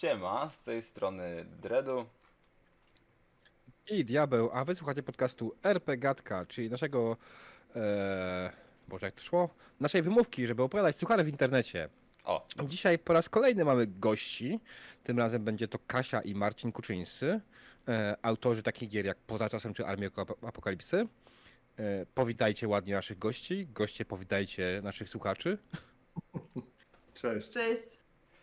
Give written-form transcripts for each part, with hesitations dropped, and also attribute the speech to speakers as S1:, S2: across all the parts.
S1: Siema, z tej strony Dredu.
S2: I Diabeł, a wysłuchacie podcastu RP Gadka, czyli naszego, Boże jak to szło? Naszej wymówki, żeby opowiadać suchary w internecie.
S1: O, dobra.
S2: Dzisiaj po raz kolejny mamy gości, tym razem będzie to Kasia i Marcin Kuczyńscy, autorzy takich gier jak Poza Czasem czy Armia Apokalipsy. Powitajcie ładnie naszych gości, goście powitajcie naszych słuchaczy.
S3: Cześć.
S4: Cześć.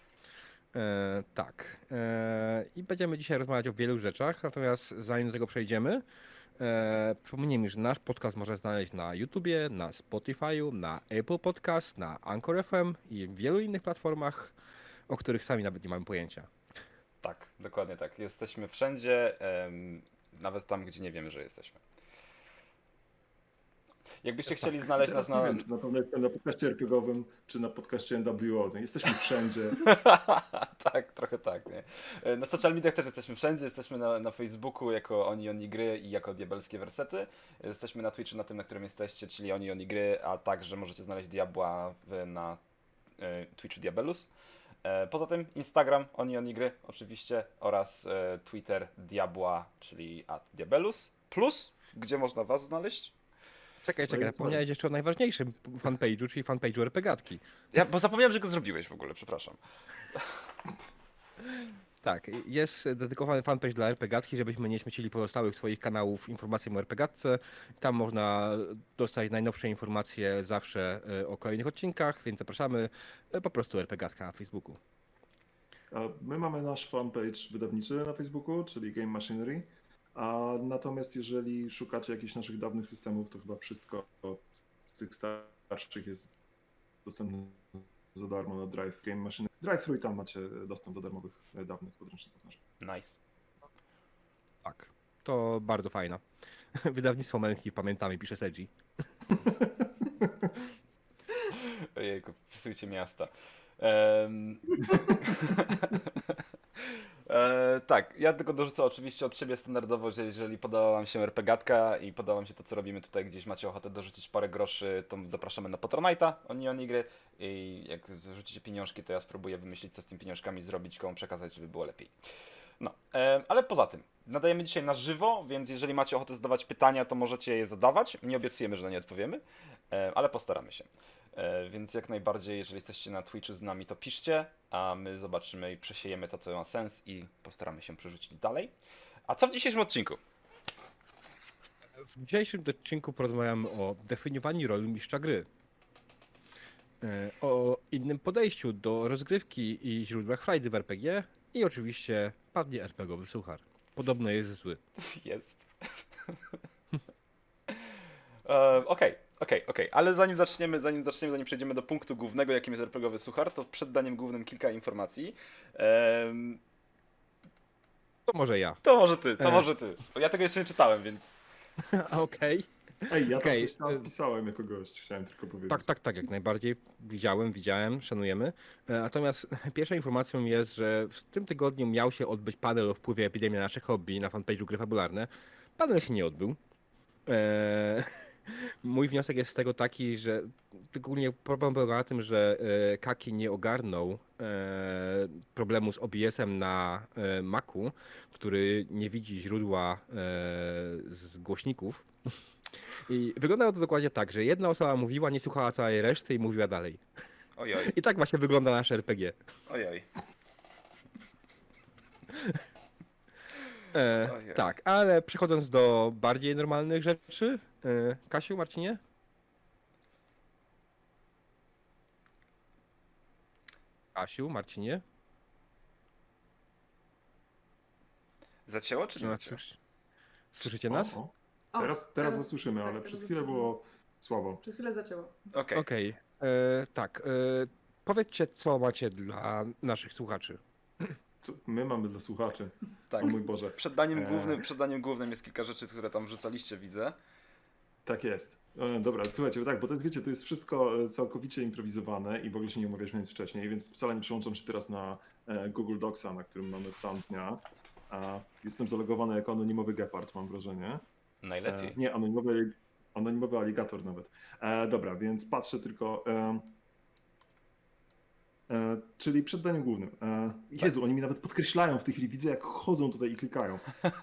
S2: Tak. I będziemy dzisiaj rozmawiać o wielu rzeczach, natomiast zanim do tego przejdziemy, przypomnijmy, że nasz podcast można znaleźć na YouTubie, na Spotify'u, na Apple Podcast, na Anchor FM i wielu innych platformach, o których sami nawet nie mamy pojęcia.
S1: Tak, dokładnie tak. Jesteśmy wszędzie, nawet tam, gdzie nie wiemy, że jesteśmy. Jakbyście chcieli znaleźć nas
S3: Teraz
S1: na...
S3: nie wiem, czy na pewno jestem na podcaście RPG-owym, czy na podcaście NWO. Jesteśmy wszędzie.
S1: Tak, trochę tak, nie? Na social mediach też jesteśmy wszędzie, jesteśmy na Facebooku jako Oni Gry i jako Diabelskie Wersety. Jesteśmy na Twitchu, na tym, na którym jesteście, czyli Oni Gry, a także możecie znaleźć Diabła na Twitchu Diabelus. Poza tym Instagram Oni Gry oczywiście oraz Twitter Diabła, czyli @Diabelus. Plus, gdzie można was znaleźć?
S2: Czekaj,
S3: No i
S2: zapomniałeś jeszcze o najważniejszym fanpage'u, czyli fanpage'u RP Gadki.
S1: Bo zapomniałem, że go zrobiłeś w ogóle, przepraszam.
S2: Tak, jest dedykowany fanpage dla RP Gadki, żebyśmy nie śmiecili pozostałych swoich kanałów informacją o RP Gadce. Tam można dostać najnowsze informacje zawsze o kolejnych odcinkach, więc zapraszamy po prostu RP Gadka na Facebooku.
S3: A my mamy nasz fanpage wydawniczy na Facebooku, czyli Game Machinery. Natomiast jeżeli szukacie jakichś naszych dawnych systemów, to chyba wszystko z tych starszych jest dostępne za darmo na Drive Game Machinery. Drive-thru i tam macie dostęp do darmowych, dawnych podręczników naszych.
S1: Nice.
S2: Tak, to bardzo fajna. Wydawnictwo męskich, pamiętamy, pisze Sedzi.
S1: Ojejku, wpisujcie miasta. Tak, ja tylko dorzucę oczywiście od siebie standardowo, że jeżeli podoba wam się RPGatka i podoba wam się to, co robimy tutaj, gdzieś macie ochotę dorzucić parę groszy, to zapraszamy na Patronite'a Oni Gry i jak rzucicie pieniążki, to ja spróbuję wymyślić, co z tymi pieniążkami zrobić, komu przekazać, żeby było lepiej. No, ale poza tym, nadajemy dzisiaj na żywo, więc jeżeli macie ochotę zadawać pytania, to możecie je zadawać. Nie obiecujemy, że na nie odpowiemy, ale postaramy się. Więc jak najbardziej, jeżeli jesteście na Twitchu z nami, to piszcie, a my zobaczymy i przesiejemy to, co ma sens i postaramy się przerzucić dalej. A co w dzisiejszym odcinku?
S2: W dzisiejszym odcinku porozmawiamy o definiowaniu roli mistrza gry, o innym podejściu do rozgrywki i źródłach frajdy w RPG i oczywiście padnie RPGowy suchar. Podobno jest zły.
S1: Jest. Okej. Ale zanim przejdziemy do punktu głównego, jakim jest RPGowy suchar, to przed daniem głównym kilka informacji.
S2: To może ja.
S1: To może ty. Bo ja tego jeszcze nie czytałem, więc...
S2: Okej.
S3: Ej, ja tam
S2: Okej,
S3: coś tam pisałem jako gość, chciałem tylko powiedzieć.
S2: Tak, jak najbardziej. Widziałem, szanujemy. Natomiast pierwszą informacją jest, że w tym tygodniu miał się odbyć panel o wpływie epidemii na nasze hobby na fanpage'u Gry Fabularne. Panel się nie odbył. Mój wniosek jest z tego taki, że szczególnie problem polega na tym, że Kaki nie ogarnął problemu z OBS-em na Macu, który nie widzi źródła z głośników. I wyglądało to dokładnie tak, że jedna osoba mówiła, nie słuchała całej reszty i mówiła dalej.
S1: Ojoj.
S2: I tak właśnie wygląda nasze RPG.
S1: Ojoj. Ojej.
S2: Tak, ale przechodząc do bardziej normalnych rzeczy. Kasiu, Marcinie? Kasiu, Marcinie?
S1: Zacięło czy nie
S2: Czy nas
S1: zacięło?
S2: słyszycie nas?
S3: O,
S4: O,
S3: teraz was słyszymy,
S4: tak,
S3: ale
S4: teraz
S3: przez chwilę
S4: słyszymy.
S3: było słabo.
S4: Przez chwilę zaczęło.
S1: Okej.
S2: Okej, tak. Powiedzcie, co macie dla naszych słuchaczy.
S3: Co my mamy dla słuchaczy?
S1: Tak.
S3: O mój Boże.
S1: Przed daniem głównym jest kilka rzeczy, które tam wrzucaliście, widzę.
S3: Tak jest. Dobra, słuchajcie, tak, bo to jest, wiecie, to jest wszystko całkowicie improwizowane i w ogóle się nie umawialiśmy nic wcześniej, więc wcale nie przełączam się teraz na Google Docsa, na którym mamy plan dnia. Jestem zalogowany jako anonimowy gepard, mam wrażenie.
S1: Najlepiej.
S3: Nie, anonimowy aligator nawet. Dobra, więc patrzę tylko. Czyli przed daniem głównym. Jezu, oni mi nawet podkreślają w tej chwili, widzę jak chodzą tutaj i klikają.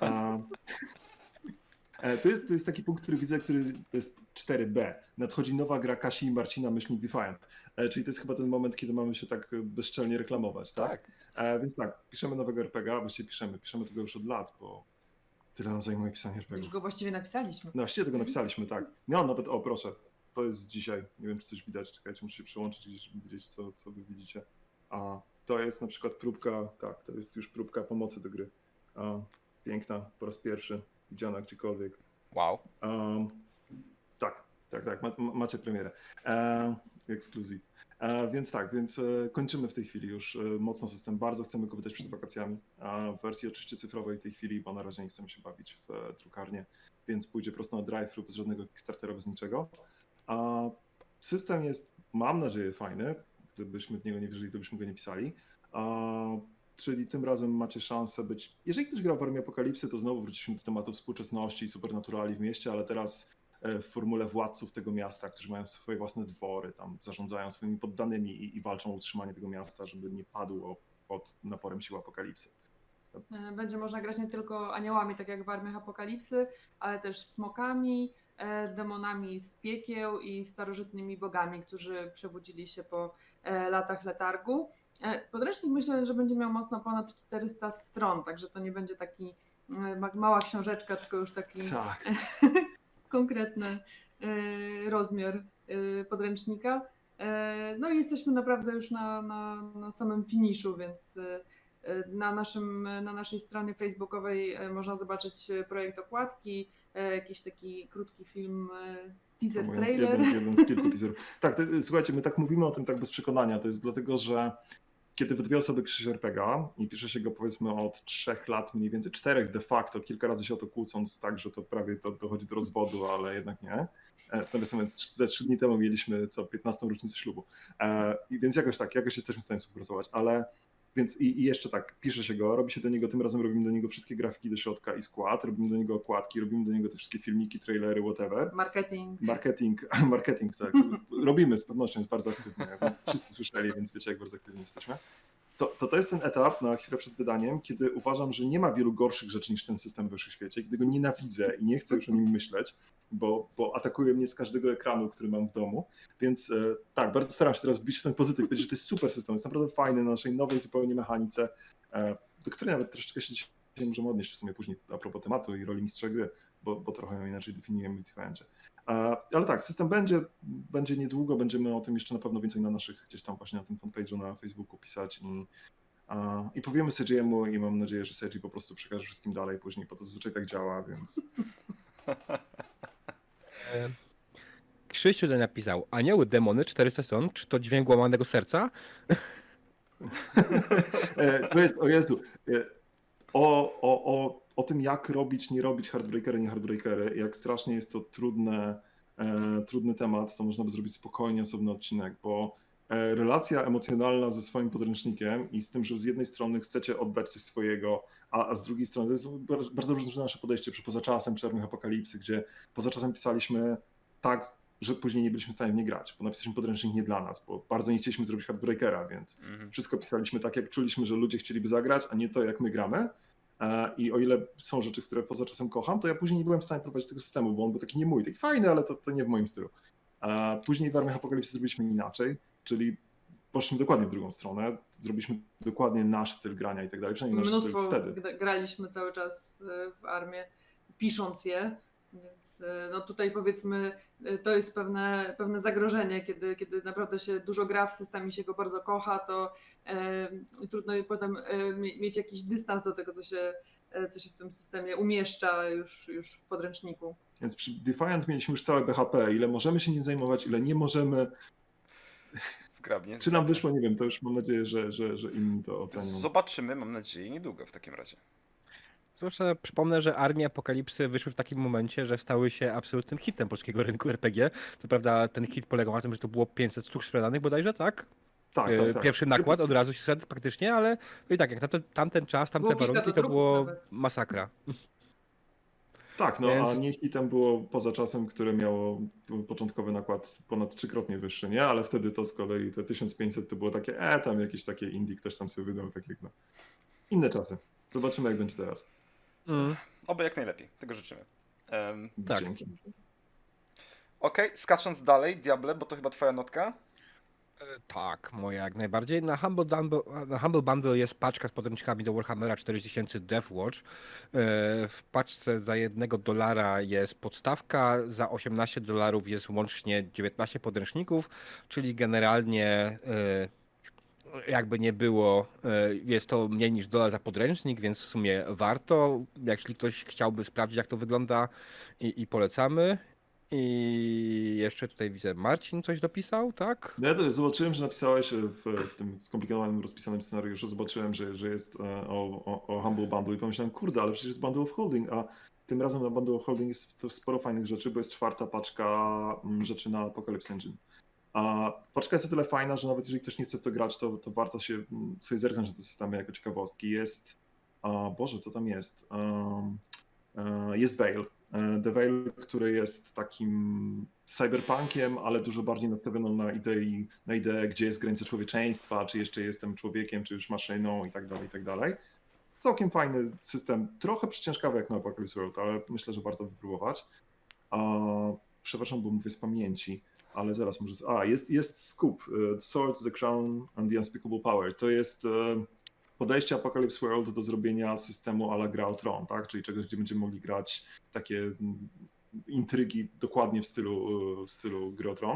S3: To jest taki punkt, który widzę, który to jest 4B. Nadchodzi nowa gra Kasi i Marcina Defiant. Czyli to jest chyba ten moment, kiedy mamy się tak bezczelnie reklamować, tak? Więc tak, piszemy nowego RPG, właściwie piszemy tego już od lat, bo tyle nam zajmuje pisanie
S4: Już
S3: RPG.
S4: go właściwie napisaliśmy.
S3: No właściwie tego napisaliśmy, tak. No nawet, o proszę, to jest dzisiaj, nie wiem czy coś widać, czekajcie, muszę się przełączyć gdzieś, żeby widzieć co wy widzicie. A to jest na przykład próbka, tak, to jest już próbka pomocy do gry. Piękna, po raz pierwszy, widziana gdziekolwiek.
S1: Wow.
S3: Tak, macie premierę. Ekskluzyw. Więc kończymy w tej chwili już mocno system. Bardzo chcemy go wydać przed wakacjami. W wersji oczywiście cyfrowej w tej chwili, bo na razie nie chcemy się bawić w drukarnię, więc pójdzie prosto na drive-thru bez żadnego Kickstartera, bez niczego. System jest, mam nadzieję, fajny. Gdybyśmy w niego nie wierzyli, to byśmy go nie pisali. Czyli tym razem macie szansę być... Jeżeli ktoś grał w Armii Apokalipsy, to znowu wróciliśmy do tematu współczesności i supernaturali w mieście, ale teraz w formule władców tego miasta, którzy mają swoje własne dwory, tam zarządzają swoimi poddanymi i walczą o utrzymanie tego miasta, żeby nie padło pod naporem sił apokalipsy.
S4: Będzie można grać nie tylko aniołami, tak jak w Armiach Apokalipsy, ale też smokami, demonami z piekieł i starożytnymi bogami, którzy przebudzili się po latach letargu. Podręcznik myślę, że będzie miał mocno ponad 400 stron, także to nie będzie taki mała książeczka, tylko już taki
S3: Tak.
S4: konkretny rozmiar podręcznika. No i jesteśmy naprawdę już na samym finiszu, więc na naszej stronie facebookowej można zobaczyć projekt okładki, jakiś taki krótki film, teaser trailer.
S3: Jeden z kilku teaserów. Tak, słuchajcie, my tak mówimy o tym tak bez przekonania, to jest dlatego, że kiedy we dwie osoby pisze się RPG i pisze się go powiedzmy od 3 lat, mniej więcej 4 de facto, kilka razy się o to kłócąc, tak, że to prawie dochodzi do rozwodu, ale jednak nie. Nawiasem ze 3 dni temu mieliśmy 15. rocznicę ślubu. Więc jakoś jesteśmy w stanie współpracować, ale więc i jeszcze tak, pisze się go, robi się do niego, tym razem robimy do niego wszystkie grafiki do środka i skład, robimy do niego okładki, robimy do niego te wszystkie filmiki, trailery, whatever. Marketing, tak. Robimy z pewnością, jest bardzo aktywny. Wszyscy słyszeli, więc wiecie, jak bardzo aktywni jesteśmy. To jest ten etap na chwilę przed wydaniem, kiedy uważam, że nie ma wielu gorszych rzeczy niż ten system we wszechświecie, kiedy go nienawidzę i nie chcę już o nim myśleć, bo atakuje mnie z każdego ekranu, który mam w domu. Więc tak, bardzo staram się teraz wbić w ten pozytyw, powiedzieć, że to jest super system, jest naprawdę fajny na naszej nowej zupełnie mechanice, do której nawet troszeczkę się dzisiaj możemy odnieść w sumie później a propos tematu i roli mistrza gry, bo trochę ją inaczej definiujemy w Defiancie. Ale tak, system będzie niedługo, będziemy o tym jeszcze na pewno więcej na naszych, gdzieś tam właśnie na tym fanpage'u na Facebooku pisać i powiemy CGM-u i mam nadzieję, że CG po prostu przekaże wszystkim dalej później, bo to zazwyczaj tak działa, więc...
S2: Krzyściu tutaj napisał, anioły, demony, 400 stron, czy to dźwięk łamanego serca?
S3: To jest, o Jezu, o tym jak robić, nie robić nie hardbreakery, jak strasznie jest to trudny temat, to można by zrobić spokojnie osobny odcinek, bo relacja emocjonalna ze swoim podręcznikiem i z tym, że z jednej strony chcecie oddać coś swojego, a z drugiej strony to jest bardzo różne nasze podejście przy Poza Czasem, czy Armiach Apokalipsy, gdzie Poza Czasem pisaliśmy tak, że później nie byliśmy w stanie w nie grać, bo napisaliśmy podręcznik nie dla nas, bo bardzo nie chcieliśmy zrobić hardbreakera, więc wszystko pisaliśmy tak, jak czuliśmy, że ludzie chcieliby zagrać, a nie to, jak my gramy. I o ile są rzeczy, które Poza Czasem kocham, to ja później nie byłem w stanie prowadzić tego systemu, bo on był taki nie mój, taki fajny, ale to nie w moim stylu. Później w Armiach Apokalipsy zrobiliśmy inaczej, czyli poszliśmy dokładnie w drugą stronę, zrobiliśmy dokładnie nasz styl grania i tak dalej, przynajmniej nasz styl wtedy.
S4: Graliśmy cały czas w Armię, pisząc je, więc no tutaj powiedzmy to jest pewne zagrożenie, kiedy naprawdę się dużo gra w systemie i się go bardzo kocha, to trudno potem mieć jakiś dystans do tego, co się w tym systemie umieszcza już w podręczniku.
S3: Więc przy Defiant mieliśmy już całe BHP, ile możemy się nim zajmować, ile nie możemy.
S1: Zgrabnie.
S3: Czy nam wyszło, nie wiem, to już mam nadzieję, że inni to ocenią.
S1: Zobaczymy, mam nadzieję, niedługo w takim razie.
S2: Zwłaszcza przypomnę, że Armie Apokalipsy wyszły w takim momencie, że stały się absolutnym hitem polskiego rynku RPG. To prawda, ten hit polegał na tym, że to było 500 sztuk sprzedanych bodajże, tak?
S3: Tak.
S2: Pierwszy nakład od razu się szedł praktycznie, ale no i tak, jak tamten czas, tamte warunki, to było masakra.
S3: Tak, no
S2: Więc-
S3: a nie hitem było Poza czasem, które miało początkowy nakład ponad trzykrotnie wyższy, nie? Ale wtedy to z kolei te 1500 to było takie, tam jakieś takie indie, ktoś tam sobie wydał, tak jak no. Inne czasy. Zobaczymy jak będzie teraz.
S2: Mm,
S1: Oby jak najlepiej, tego życzymy.
S2: Tak.
S3: Dzięki.
S1: Okej, skacząc dalej, Diable, bo to chyba twoja notka.
S2: Tak, moja jak najbardziej. Na Humble Bundle jest paczka z podręcznikami do Warhammera 4000 Deathwatch. W paczce za $1 jest podstawka, za $18 jest łącznie 19 podręczników, czyli generalnie jakby nie było, jest to mniej niż $1 za podręcznik, więc w sumie warto. Jeśli ktoś chciałby sprawdzić, jak to wygląda, i polecamy. I jeszcze tutaj widzę, Marcin coś dopisał, tak?
S3: No ja to zobaczyłem, że napisałeś w tym skomplikowanym, rozpisanym scenariuszu, zobaczyłem, że jest o Humble Bundle i pomyślałem, kurde, ale przecież jest Bundle of Holding, a tym razem na Bundle of Holding jest to sporo fajnych rzeczy, bo jest 4. paczka rzeczy na Apocalypse Engine. A paczka jest o tyle fajna, że nawet jeżeli ktoś nie chce w to grać, to warto sobie zerknąć na te systemy jako ciekawostki. Jest, Boże, co tam jest? Jest Veil. The Veil, który jest takim cyberpunkiem, ale dużo bardziej nastawioną na ideę, gdzie jest granica człowieczeństwa, czy jeszcze jestem człowiekiem, czy już maszyną i tak dalej, i tak dalej. Całkiem fajny system, trochę przyciężkawy jak na Apocalypse World, ale myślę, że warto wypróbować. Przepraszam, bo mówię z pamięci, ale zaraz może... Jest Scoop, The Sword, The Crown and the Unspeakable Power. To jest podejście Apocalypse World do zrobienia systemu à la Gra o Tron, tak? Czyli czegoś, gdzie będziemy mogli grać takie intrygi dokładnie w stylu Gry o Tron.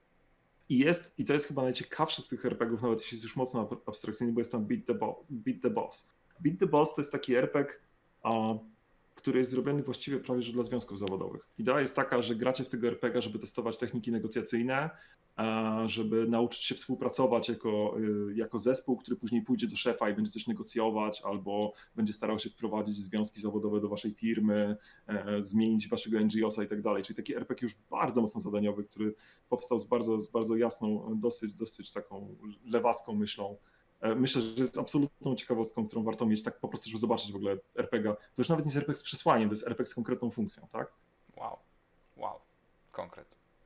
S3: I to jest chyba najciekawszy z tych RPGów, nawet jeśli jest już mocno abstrakcyjny, bo jest tam Beat the Boss. Beat the Boss to jest taki RPG, który jest zrobiony właściwie prawie że dla związków zawodowych. Idea jest taka, że gracie w tego RPG, żeby testować techniki negocjacyjne, żeby nauczyć się współpracować jako zespół, który później pójdzie do szefa i będzie coś negocjować, albo będzie starał się wprowadzić związki zawodowe do waszej firmy, zmienić waszego NGO-sa i tak dalej. Czyli taki RPG już bardzo mocno zadaniowy, który powstał z bardzo jasną, dosyć taką lewacką myślą. Myślę, że jest absolutną ciekawostką, którą warto mieć tak po prostu, żeby zobaczyć w ogóle RPG. To już nawet nie jest RPG z przesłaniem, to jest RPG z konkretną funkcją, tak?
S1: Wow, konkret.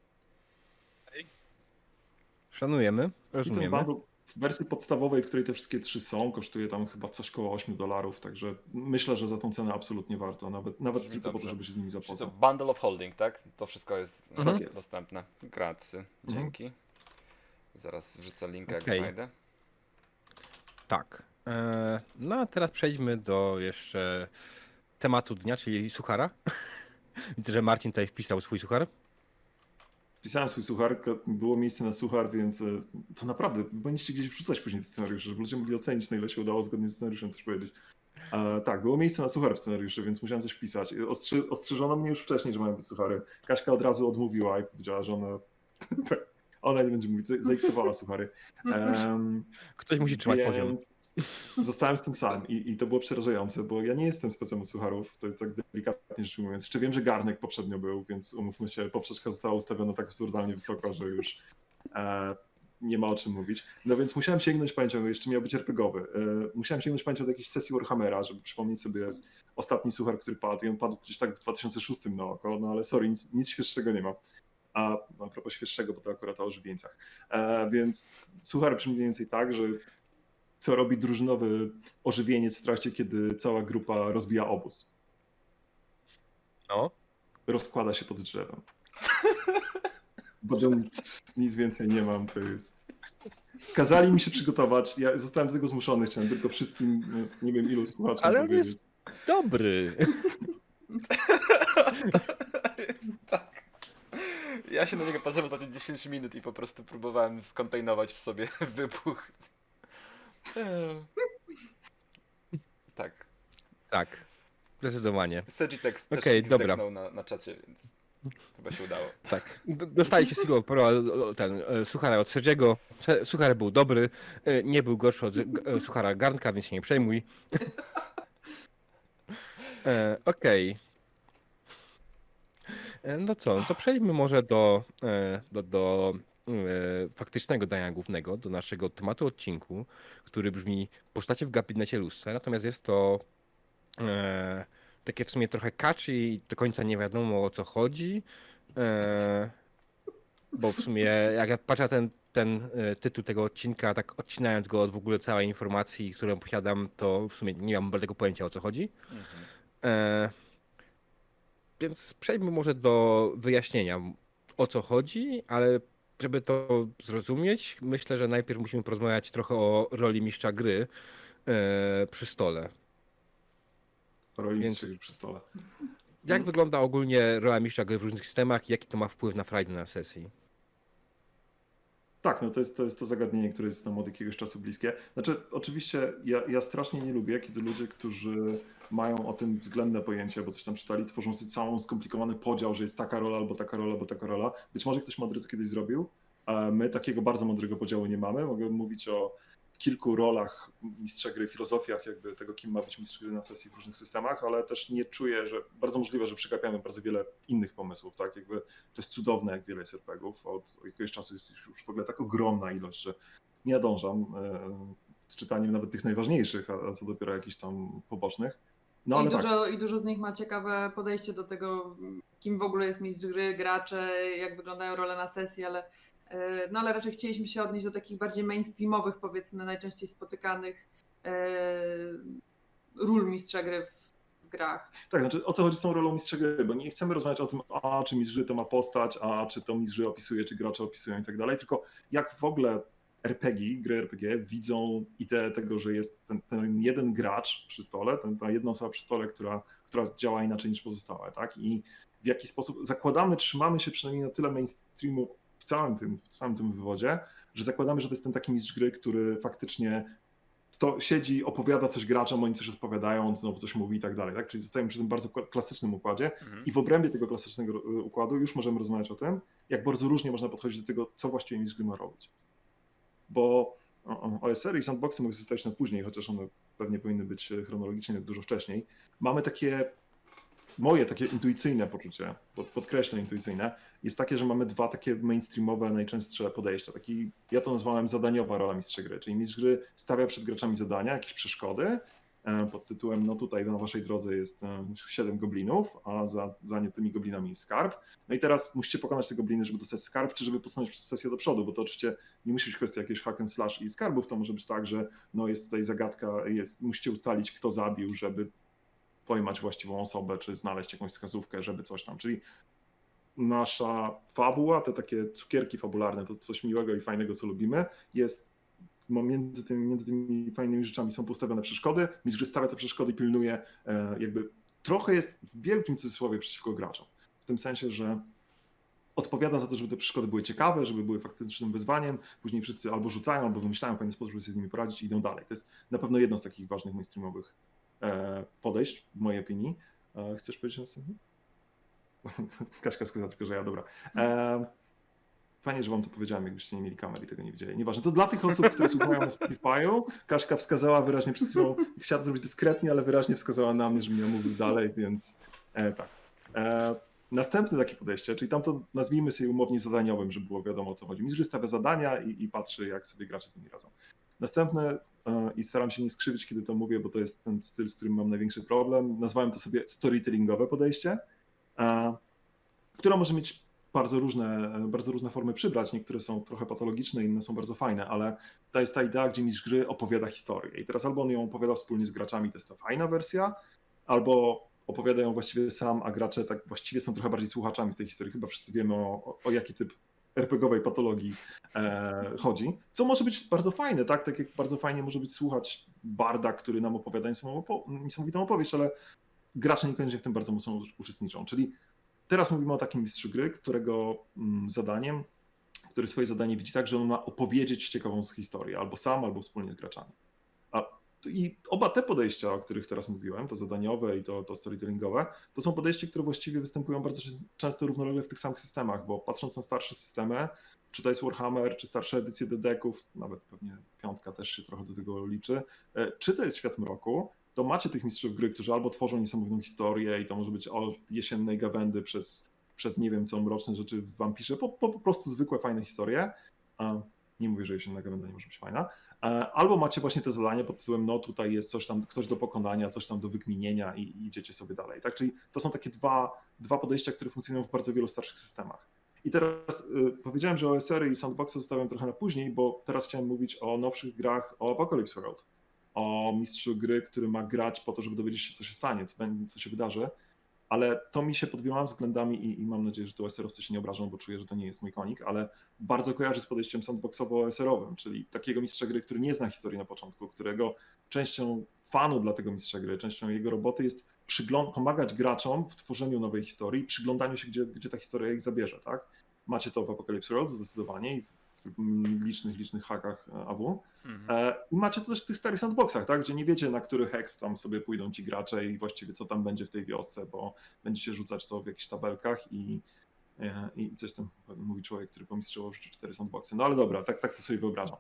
S2: Szanujemy,
S3: I ten
S2: rozumiemy.
S3: bundle w wersji podstawowej, w której te wszystkie 3 są, kosztuje tam chyba coś koło $8, także myślę, że za tą cenę absolutnie warto, nawet
S1: Brzmi
S3: tylko po to,
S1: dobrze.
S3: żeby się z nimi
S1: Czyli to
S3: zapoznać.
S1: Bundle of Holding, tak? To wszystko jest
S2: Tak
S3: jest.
S1: dostępne. Gracy, dzięki. Zaraz wrzucę linka, jak
S2: Okej.
S1: znajdę.
S2: Tak. No a teraz przejdźmy do jeszcze tematu dnia, czyli suchara. Widzę, że Marcin tutaj wpisał swój suchar.
S3: Wpisałem swój suchar, było miejsce na suchar, więc to naprawdę, wy powinniście gdzieś wrzucać później te scenariusze, żeby ludzie mogli ocenić, na ile się udało zgodnie ze scenariuszem coś powiedzieć. Tak, było miejsce na suchar w scenariuszu, więc musiałem coś wpisać. Ostrzeżono mnie już wcześniej, że mają być suchary. Kaśka od razu odmówiła i powiedziała, że ona nie będzie mówić, zaiksowała suchary.
S2: Ktoś musi trzymać poziom.
S3: Więc zostałem z tym sam i to było przerażające, bo ja nie jestem specem od sucharów, to tak delikatnie rzecz ujmując. Jeszcze wiem, że garnek poprzednio był, więc umówmy się, poprzeczka została ustawiona tak absurdalnie wysoko, że już nie ma o czym mówić. No więc musiałem sięgnąć pamięcią, jeszcze miał być RPGowy. Musiałem sięgnąć pamięcią do jakiejś sesji Warhammera, żeby przypomnieć sobie ostatni suchar, który padł i on padł gdzieś tak w 2006 na oko, no ale sorry, nic świeższego nie ma. A propos świeższego, bo to akurat o ożywieńcach. Więc suchar brzmi mniej więcej tak, że co robi drużynowy ożywieniec w trakcie, kiedy cała grupa rozbija obóz.
S2: No.
S3: Rozkłada się pod drzewem. Bo nic więcej nie mam, to jest... Kazali mi się przygotować, ja zostałem do tego zmuszony, chciałem tylko wszystkim, nie wiem ilu słuchaczom
S2: Ale on
S3: powiedzieć.
S2: jest dobry.
S1: Tak. Ja się na niego patrzyłem ostatnie 10 minut i po prostu próbowałem skontajnować w sobie wybuch. Tak.
S2: Tak, zdecydowanie.
S1: Sagitex też
S2: Okej, dobra.
S1: zdechnął na czacie, więc chyba się udało.
S2: Tak. Dostali się Silver Pro, suchara od Sergiego. Suchar był dobry, nie był gorszy od suchara garnka, więc się nie przejmuj. Okej. No co, no to przejdźmy może do faktycznego dania głównego, do naszego tematu odcinku, który brzmi Postacie w gabinecie lustrze, natomiast jest to takie w sumie trochę catchy i do końca nie wiadomo o co chodzi. Bo w sumie jak ja patrzę na ten tytuł tego odcinka, tak odcinając go od w ogóle całej informacji, którą posiadam, to w sumie nie mam tego pojęcia o co chodzi.
S1: Mhm.
S2: E, Więc przejdźmy może do wyjaśnienia o co chodzi, ale żeby to zrozumieć, myślę, że najpierw musimy porozmawiać trochę o roli mistrza gry przy stole.
S3: Roli
S2: Więc-
S3: mistrza przy stole.
S2: Jak wygląda ogólnie rola mistrza gry w różnych systemach i jaki to ma wpływ na frajdę na sesji?
S3: Tak, no to jest to zagadnienie, które jest nam od jakiegoś czasu bliskie. Znaczy, oczywiście ja strasznie nie lubię, kiedy ludzie, którzy mają o tym względne pojęcie, bo coś tam czytali, tworzą sobie całą skomplikowany podział, że jest taka rola, albo taka rola, albo taka rola. Być może ktoś mądry to kiedyś zrobił. A my takiego bardzo mądrego podziału nie mamy. Mogę mówić o kilku rolach mistrza gry, filozofiach jakby tego, kim ma być mistrz gry na sesji w różnych systemach, ale też nie czuję, że bardzo możliwe, że przegapiamy bardzo wiele innych pomysłów, tak? Jakby to jest cudowne, jak wiele jest RPGów. Od jakiegoś czasu jest już w ogóle tak ogromna ilość, że nie nadążam z czytaniem nawet tych najważniejszych, a co dopiero jakichś tam pobocznych. No ale tak.
S4: I dużo z nich ma ciekawe podejście do tego, kim w ogóle jest mistrz gry, gracze, jak wyglądają role na sesji, ale raczej chcieliśmy się odnieść do takich bardziej mainstreamowych, powiedzmy, najczęściej spotykanych ról mistrza gry w grach.
S3: Tak, znaczy o co chodzi z tą rolą mistrza gry, bo nie chcemy rozmawiać o tym, czy mistrz gry to ma postać, czy to mistrz gry opisuje, czy gracze opisują i tak dalej, tylko jak w ogóle gry RPG widzą ideę tego, że jest ten jeden gracz przy stole, ta jedna osoba przy stole, która działa inaczej niż pozostałe, tak? I w jaki sposób trzymamy się przynajmniej na tyle mainstreamu w całym tym wywodzie, że zakładamy, że to jest ten taki mistrz gry, który faktycznie siedzi, opowiada coś graczom, oni coś odpowiadają, znowu coś mówi i tak dalej, tak? Czyli zostajemy przy tym bardzo klasycznym układzie i w obrębie tego klasycznego układu już możemy rozmawiać o tym, jak bardzo różnie można podchodzić do tego, co właściwie mistrz gry ma robić. Bo OSR i sandboxy mogą zostać na później, chociaż one pewnie powinny być chronologicznie dużo wcześniej. Mamy moje takie intuicyjne poczucie, podkreślę intuicyjne, jest takie, że mamy dwa takie mainstreamowe, najczęstsze podejścia. Ja to nazwałem zadaniowa rola mistrza gry, czyli mistrz gry stawia przed graczami zadania, jakieś przeszkody, pod tytułem, no tutaj na waszej drodze jest 7 goblinów, a za nie tymi goblinami jest skarb. No i teraz musicie pokonać te gobliny, żeby dostać skarb, czy żeby posunąć sesję do przodu, bo to oczywiście nie musi być kwestia jakiejś hack and slash i skarbów, to może być tak, że no jest tutaj zagadka, musicie ustalić, kto zabił, żeby pojmać właściwą osobę, czy znaleźć jakąś wskazówkę, żeby coś tam. Czyli nasza fabuła, te takie cukierki fabularne, to coś miłego i fajnego, co lubimy, jest między tymi fajnymi rzeczami są postawione przeszkody, mistrz gry stawia te przeszkody i pilnuje, jakby trochę jest w wielkim cudzysłowie przeciwko graczom. W tym sensie, że odpowiada za to, żeby te przeszkody były ciekawe, żeby były faktycznym wyzwaniem, później wszyscy albo rzucają, albo wymyślają fajny sposób, żeby sobie z nimi poradzić i idą dalej. To jest na pewno jedno z takich ważnych mainstreamowych podejść, w mojej opinii. Chcesz powiedzieć następny? Kaśka wskazała tylko, że ja, dobra. Fajnie, że wam to powiedziałem, jakbyście nie mieli kamer i tego nie widzieli. Nieważne. To dla tych osób, które słuchają na Spotify'u, Kaśka wskazała wyraźnie przed chwilą, chciała to zrobić dyskretnie, ale wyraźnie wskazała na mnie, żebym ja mówił dalej, więc tak. Następne takie podejście, czyli tamto nazwijmy sobie umownie zadaniowym, żeby było wiadomo, o co chodzi. Mistrz stawia zadania i patrzy, jak sobie gracze z nimi radzą. Następne, i staram się nie skrzywić, kiedy to mówię, bo to jest ten styl, z którym mam największy problem, nazwałem to sobie storytellingowe podejście, które może mieć bardzo różne formy przybrać. Niektóre są trochę patologiczne, inne są bardzo fajne, ale to jest ta idea, gdzie mistrz gry opowiada historię. I teraz albo on ją opowiada wspólnie z graczami, to jest ta fajna wersja, albo opowiada ją właściwie sam, a gracze tak właściwie są trochę bardziej słuchaczami w tej historii. Chyba wszyscy wiemy o jaki typ RPGowej patologii chodzi, co może być bardzo fajne, tak? Tak jak bardzo fajnie może być słuchać barda, który nam opowiada niesamowitą opowieść, ale gracze niekoniecznie w tym bardzo mocno uczestniczą. Czyli teraz mówimy o takim mistrzu gry, który swoje zadanie widzi tak, że on ma opowiedzieć ciekawą historię, albo sam, albo wspólnie z graczami. I oba te podejścia, o których teraz mówiłem, to zadaniowe i to storytellingowe, to są podejścia, które właściwie występują bardzo często równolegle w tych samych systemach, bo patrząc na starsze systemy, czy to jest Warhammer, czy starsze edycje dedeków, nawet pewnie 5 też się trochę do tego liczy, czy to jest Świat Mroku, to macie tych mistrzów gry, którzy albo tworzą niesamowitą historię i to może być od jesiennej gawędy przez nie wiem co mroczne rzeczy w Wampirze, po prostu zwykłe, fajne historie, Nie mówię, że jesienna gawenda nie może być fajna. Albo macie właśnie te zadanie pod tytułem, no tutaj jest coś tam, ktoś do pokonania, coś tam do wykminienia i idziecie sobie dalej. Tak? Czyli to są takie dwa podejścia, które funkcjonują w bardzo wielu starszych systemach. I teraz powiedziałem, że OSR-y i sandboxy zostawiam trochę na później, bo teraz chciałem mówić o nowszych grach, o Apocalypse World, o mistrzu gry, który ma grać po to, żeby dowiedzieć się, co się stanie, co się wydarzy. Ale to mi się pod wieloma względami i mam nadzieję, że to OSR-owcy się nie obrażą, bo czuję, że to nie jest mój konik, ale bardzo kojarzy z podejściem sandboxowo-OSR-owym, czyli takiego mistrza gry, który nie zna historii na początku, którego częścią fanu dla tego mistrza gry, częścią jego roboty jest pomagać graczom w tworzeniu nowej historii, przyglądaniu się, gdzie ta historia ich zabierze. Tak? Macie to w Apocalypse World zdecydowanie i w licznych hackach AW. I macie to też w tych starych sandboxach, tak? Gdzie nie wiecie, na który heks tam sobie pójdą ci gracze i właściwie co tam będzie w tej wiosce, bo będziecie rzucać to w jakichś tabelkach i coś tam mówi człowiek, który pomistrzował w życiu 4 sandboxy. No ale dobra, tak to sobie wyobrażam.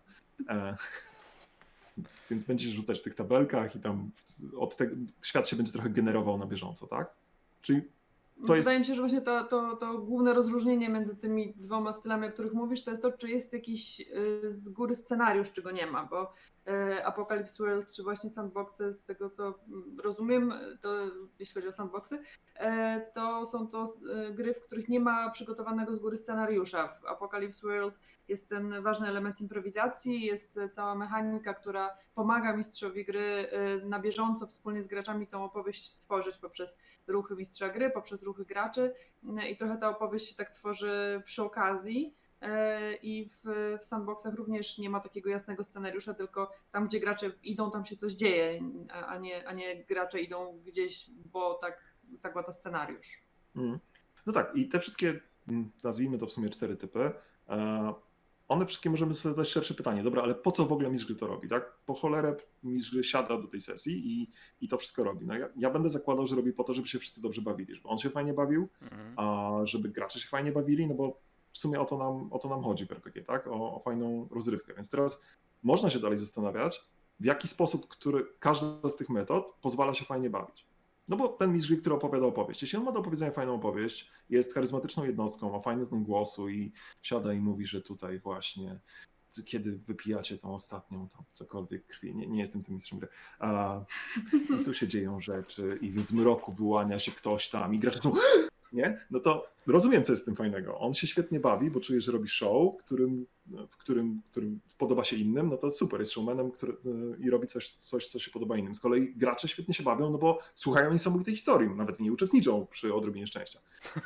S3: Więc będziecie rzucać w tych tabelkach i tam od tego świat się będzie trochę generował na bieżąco, tak? Czyli to jest...
S4: Wydaje mi się, że właśnie to główne rozróżnienie między tymi dwoma stylami, o których mówisz, to jest to, czy jest jakiś z góry scenariusz, czy go nie ma, bo Apocalypse World, czy właśnie sandboxy, z tego co rozumiem, to jeśli chodzi o sandboxy, to są to gry, w których nie ma przygotowanego z góry scenariusza. W Apocalypse World jest ten ważny element improwizacji, jest cała mechanika, która pomaga mistrzowi gry na bieżąco wspólnie z graczami tą opowieść tworzyć poprzez ruchy mistrza gry, poprzez ruchy graczy i trochę ta opowieść się tak tworzy przy okazji. I w sandboxach również nie ma takiego jasnego scenariusza, tylko tam, gdzie gracze idą, tam się coś dzieje, a nie gracze idą gdzieś, bo tak zakłada scenariusz.
S3: No tak, i te wszystkie, nazwijmy to w sumie 4 typy, one wszystkie możemy sobie zadać szersze pytanie. Dobra, ale po co w ogóle mistrz gry to robi, tak? Po cholerę mistrz gry siada do tej sesji i to wszystko robi. No ja będę zakładał, że robi po to, żeby się wszyscy dobrze bawili, żeby on się fajnie bawił, a żeby gracze się fajnie bawili, no bo w sumie o to nam chodzi w RPG, tak? O fajną rozrywkę. Więc teraz można się dalej zastanawiać, w jaki sposób każda z tych metod pozwala się fajnie bawić. No bo ten mistrz gry, który opowiada opowieść, jeśli on ma do opowiedzenia fajną opowieść, jest charyzmatyczną jednostką, ma fajny ton głosu i siada i mówi, że tutaj właśnie kiedy wypijacie tą ostatnią, tą cokolwiek krwi, nie jestem tym mistrzem gry, i tu się dzieją rzeczy i z mroku wyłania się ktoś tam i gracze są nie? No to rozumiem, co jest w tym fajnego. On się świetnie bawi, bo czuje, że robi show, w którym podoba się innym, no to super, jest showmanem i robi coś, co się podoba innym. Z kolei gracze świetnie się bawią, no bo słuchają niesamowitej historii, nawet w niej uczestniczą przy odrobinie szczęścia.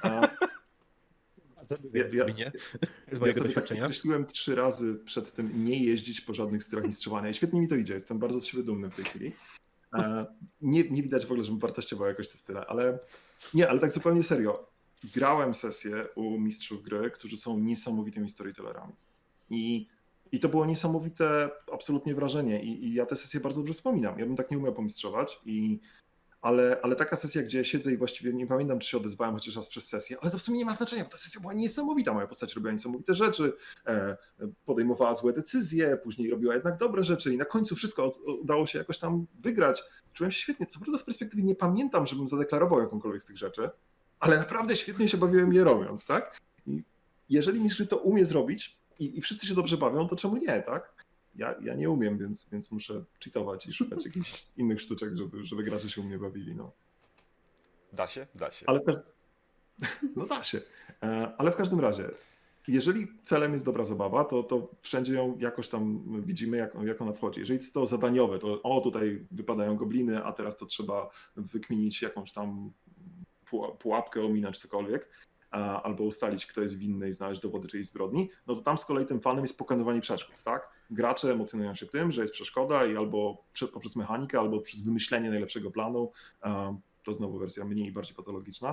S3: Ja sobie tak określiłem 3 razy przed tym nie jeździć po żadnych stylach mistrzowania i świetnie mi to idzie, jestem bardzo z siebie dumny w tej chwili. Nie widać w ogóle, żebym wartościował jakoś te style, ale tak zupełnie serio. Grałem sesję u mistrzów gry, którzy są niesamowitymi storytellerami. I to było niesamowite absolutnie wrażenie i ja tę sesję bardzo dobrze wspominam. Ja bym tak nie umiał pomistrzować, ale taka sesja, gdzie siedzę i właściwie nie pamiętam, czy się odezwałem chociaż raz przez sesję, ale to w sumie nie ma znaczenia, bo ta sesja była niesamowita. Moja postać robiła niesamowite rzeczy, podejmowała złe decyzje, później robiła jednak dobre rzeczy i na końcu wszystko udało się jakoś tam wygrać. Czułem się świetnie. Co prawda z perspektywy nie pamiętam, żebym zadeklarował jakąkolwiek z tych rzeczy, ale naprawdę świetnie się bawiłem je robiąc, tak? I jeżeli mistrz to umie zrobić i wszyscy się dobrze bawią, to czemu nie, tak? Ja nie umiem, więc muszę cheatować i szukać jakichś innych sztuczek, żeby gracze się u mnie bawili. No.
S1: Da się? Da się.
S3: No da się. Ale w każdym razie, jeżeli celem jest dobra zabawa, to wszędzie ją jakoś tam widzimy, jak ona wchodzi. Jeżeli jest to zadaniowe, to tutaj wypadają gobliny, a teraz to trzeba wykminić jakąś tam pułapkę, ominąć cokolwiek, albo ustalić, kto jest winny i znaleźć dowody czyjejś zbrodni, no to tam z kolei tym fanem jest pokonywanie przeszkód, tak? Gracze emocjonują się tym, że jest przeszkoda i albo poprzez mechanikę, albo przez wymyślenie najlepszego planu, to znowu wersja mniej i bardziej patologiczna,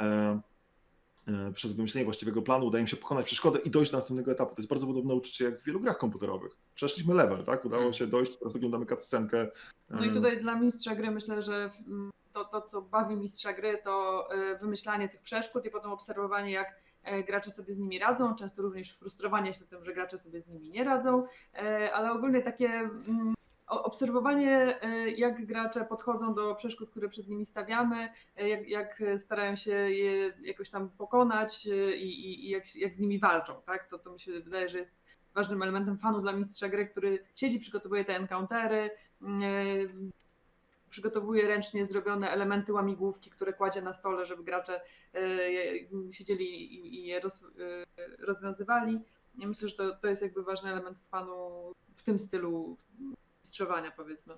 S3: przez wymyślenie właściwego planu udaje mi się pokonać przeszkodę i dojść do następnego etapu. To jest bardzo podobne uczucie jak w wielu grach komputerowych. Przeszliśmy level, tak? Udało się dojść, teraz oglądamy cutscenkę.
S4: No i tutaj dla mistrza gry myślę, że to, co bawi mistrza gry, to wymyślanie tych przeszkód i potem obserwowanie, jak gracze sobie z nimi radzą, często również frustrowanie się tym, że gracze sobie z nimi nie radzą, ale ogólnie takie obserwowanie, jak gracze podchodzą do przeszkód, które przed nimi stawiamy, jak starają się je jakoś tam pokonać i jak z nimi walczą, tak? To mi się wydaje, że jest ważnym elementem fanu dla mistrza gry, który siedzi, przygotowuje te encountery, przygotowuje ręcznie zrobione elementy łamigłówki, które kładzie na stole, żeby gracze siedzieli i je rozwiązywali. Ja myślę, że to jest jakby ważny element fanu w tym stylu mistrzowania, powiedzmy.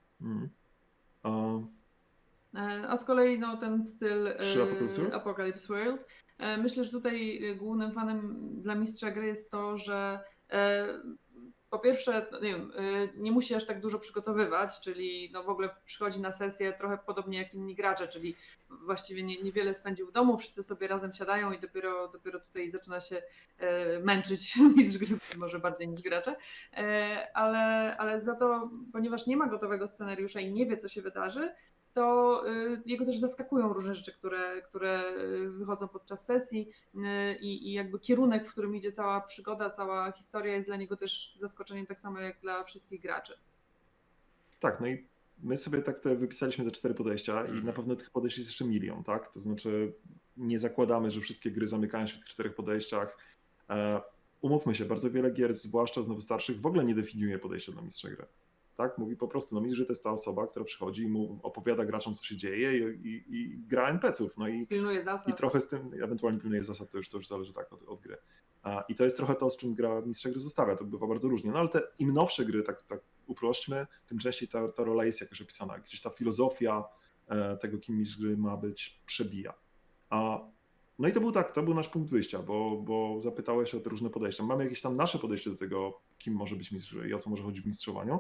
S4: A z kolei no, ten styl Apocalypse World, myślę, że tutaj głównym fanem dla mistrza gry jest to, że po pierwsze, nie wiem, nie musi aż tak dużo przygotowywać, czyli no w ogóle przychodzi na sesję trochę podobnie jak inni gracze, czyli właściwie niewiele spędził w domu, wszyscy sobie razem siadają i dopiero tutaj zaczyna się męczyć mistrz gry, może bardziej niż gracze, ale za to, ponieważ nie ma gotowego scenariusza i nie wie, co się wydarzy, to jego też zaskakują różne rzeczy, które wychodzą podczas sesji i jakby kierunek, w którym idzie cała przygoda, cała historia jest dla niego też zaskoczeniem, tak samo jak dla wszystkich graczy.
S3: Tak, no i my sobie tak wypisaliśmy te 4 podejścia i na pewno tych podejść jest jeszcze milion, tak? To znaczy nie zakładamy, że wszystkie gry zamykają się w tych 4 podejściach. Umówmy się, bardzo wiele gier, zwłaszcza z nowostarszych, w ogóle nie definiuje podejścia do mistrza gry. Tak? Mówi po prostu, no mistrz gry to jest ta osoba, która przychodzi i mu opowiada graczom, co się dzieje i gra NPC-ów. No
S4: pilnuje zasad.
S3: I trochę z tym, ewentualnie pilnuje zasad, to już zależy tak od gry. I to jest trochę to, z czym gra mistrza gry zostawia, to bywa bardzo różnie. No ale te im nowsze gry, tak uprośćmy, tym częściej ta rola jest jakoś opisana. Gdzieś ta filozofia tego, kim mistrz gry ma być, przebija. No i to był nasz punkt wyjścia, bo zapytałeś o te różne podejścia. Mamy jakieś tam nasze podejście do tego, kim może być mistrz gry i o co może chodzić w mistrzowaniu.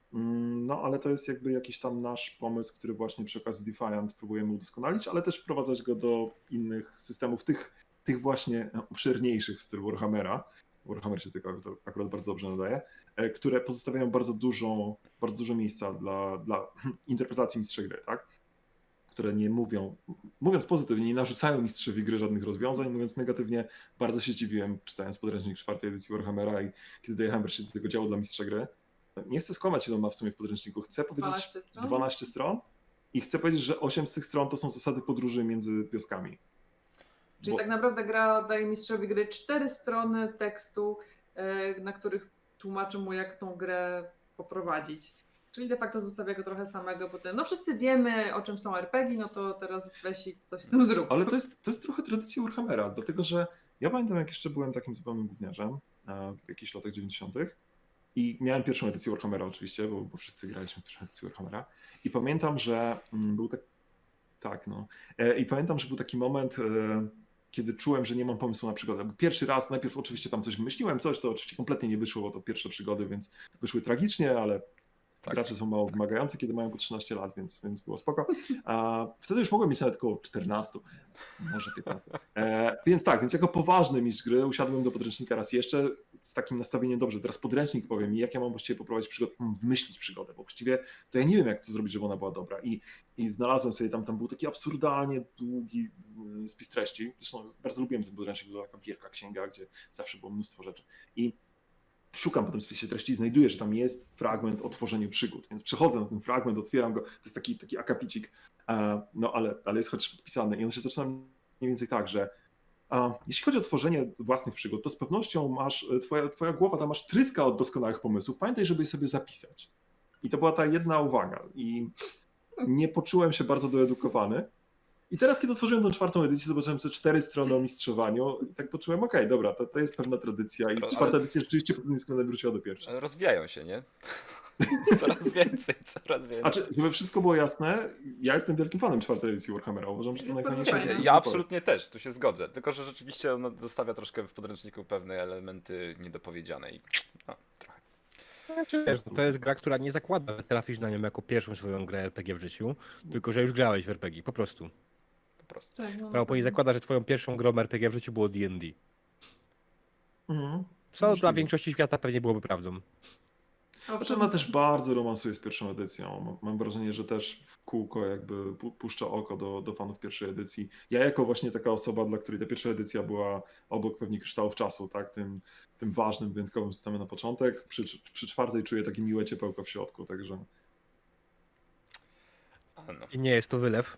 S3: No ale to jest jakby jakiś tam nasz pomysł, który właśnie przy okazji Defiant próbujemy udoskonalić, ale też wprowadzać go do innych systemów, tych właśnie obszerniejszych w stylu Warhammera. Warhammer się tego akurat bardzo dobrze nadaje, które pozostawiają bardzo dużo miejsca dla interpretacji mistrza gry, tak? Które nie mówiąc pozytywnie, nie narzucają mistrzowi gry żadnych rozwiązań, mówiąc negatywnie, bardzo się dziwiłem, czytając podręcznik 4. edycji Warhammera i kiedy dojechałem wreszcie do tego działu dla mistrza gry. Nie chcę skłamać, ile on ma w sumie w podręczniku. Chcę powiedzieć 12 stron i chcę powiedzieć, że 8 z tych stron to są zasady podróży między wioskami.
S4: Czyli tak naprawdę gra daje mistrzowi gry 4 strony tekstu, na których tłumaczy mu, jak tą grę poprowadzić. Czyli de facto zostawia go trochę samego, bo no wszyscy wiemy, o czym są RPG, no to teraz weź i coś z tym zrób.
S3: Ale to jest trochę tradycja Warhammera, dlatego że ja pamiętam, jak jeszcze byłem takim zupełnym gówniarzem w jakichś latach 90. I miałem pierwszą edycję Warhammera oczywiście, bo wszyscy graliśmy pierwszą edycję Warhammera. I pamiętam, że był I pamiętam, że był taki moment, kiedy czułem, że nie mam pomysłu na przygodę. Bo pierwszy raz, najpierw oczywiście tam coś wymyśliłem, to oczywiście kompletnie nie wyszło, bo to pierwsze przygody, więc wyszły tragicznie, ale gracze są mało wymagający, kiedy mają po 13 lat, więc było spoko. Wtedy już mogłem mieć nawet około 14, może 15. Więc jako poważny mistrz gry usiadłem do podręcznika raz jeszcze z takim nastawieniem, dobrze, teraz podręcznik powie mi, jak ja mam właściwie poprowadzić przygodę, wymyślić przygodę, bo właściwie to ja nie wiem, jak to zrobić, żeby ona była dobra. I znalazłem sobie tam był taki absurdalnie długi spis treści. Zresztą bardzo lubiłem ten podręcznik, była taka wielka księga, gdzie zawsze było mnóstwo rzeczy. I szukam po tym spisie treści i znajduję, że tam jest fragment o tworzeniu przygód, więc przechodzę na ten fragment, otwieram go, to jest taki akapicik, no ale jest chociaż podpisany i on się zaczyna mniej więcej tak, że jeśli chodzi o tworzenie własnych przygód, to z pewnością twoja głowa tam masz tryska od doskonałych pomysłów, pamiętaj, żeby je sobie zapisać. I to była ta jedna uwaga i nie poczułem się bardzo doedukowany. I teraz, kiedy otworzyłem tą 4. edycję, zobaczyłem te 4 strony o mistrzowaniu i tak poczułem, okej, dobra, to jest pewna tradycja i 4. edycja rzeczywiście pod tym względem wróciła do pierwszej.
S1: Ale rozwijają się, nie? Coraz więcej.
S3: Żeby wszystko było jasne, ja jestem wielkim fanem 4. edycji Warhammera, uważam, że to najfajniejsza edycja.
S1: Ja absolutnie też, tu się zgodzę, tylko że rzeczywiście ona zostawia troszkę w podręczniku pewne elementy niedopowiedziane i trochę.
S2: Znaczy, wiesz, to jest gra, która nie zakłada, że trafisz na nią jako pierwszą swoją grę RPG w życiu, tylko że już grałeś w RPG, po prostu.
S4: Tak, no,
S2: Prawo nie zakłada, że twoją pierwszą grą RPG w życiu było D&D. Co dla większości świata pewnie byłoby prawdą.
S3: Znaczy ona też bardzo romansuje z pierwszą edycją. Mam wrażenie, że też w kółko jakby puszcza oko do fanów pierwszej edycji. Ja jako właśnie taka osoba, dla której ta pierwsza edycja była obok pewnie kryształów czasu, tak? Tym ważnym, wyjątkowym systemem na początek. Przy 4. czuję takie miłe ciepełko w środku, także...
S2: I nie jest to wylew.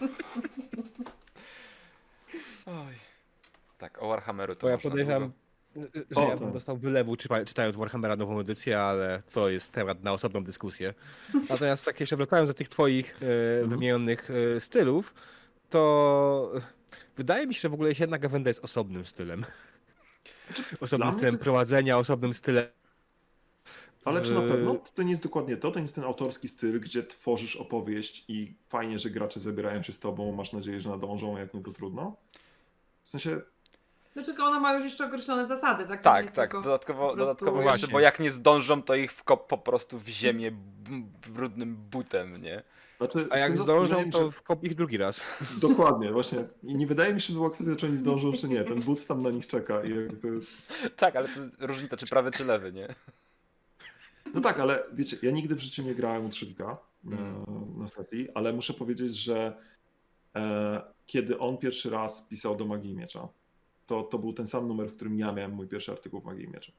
S1: Oj. Tak, o Warhammeru to
S2: Bo ja
S1: można
S2: podejrzewam,
S1: długo.
S2: że
S3: O,
S2: ja bym
S3: tak.
S2: dostał wylewu czytając Warhammera nową edycję, ale to jest temat na osobną dyskusję. Natomiast tak jeszcze wracając do tych twoich wymienionych stylów, to wydaje mi się, że w ogóle Jesienna Gawenda jest osobnym stylem.
S3: Dla
S2: Osobnym
S3: mnie to
S2: stylem
S3: jest...
S2: prowadzenia, osobnym stylem.
S3: Ale czy na pewno? To nie jest dokładnie to. To nie jest ten autorski styl, gdzie tworzysz opowieść i fajnie, że gracze zabierają się z tobą, masz nadzieję, że nadążą, a jak nie, to trudno. W sensie,
S4: Znaczy ona ma już jeszcze określone zasady, tak? To nie
S1: Tak,
S4: jest
S1: tak.
S4: tylko
S1: Dodatkowo,
S4: po
S1: dodatkowo
S4: prostu-
S1: jeszcze,
S2: Właśnie.
S1: bo jak nie zdążą, to ich wkop po prostu w ziemię brudnym butem, nie?
S3: znaczy,
S2: A
S3: z
S2: jak
S3: tym
S2: zdążą,
S3: zatrudnieniem,
S2: to
S3: że...
S2: wkop ich drugi raz.
S3: Dokładnie, właśnie. I nie wydaje mi się, że była kwestia, czy oni zdążą, czy nie. Ten but tam na nich czeka i jakby...
S1: Tak, ale to jest różnica, czy prawy, czy lewy, nie?
S3: No tak, ale wiecie, ja nigdy w życiu nie grałem u Trzewika na sesji, ale muszę powiedzieć, że kiedy on pierwszy raz pisał do Magii i Miecza, to był ten sam numer, w którym ja miałem mój pierwszy artykuł w Magii i Mieczu.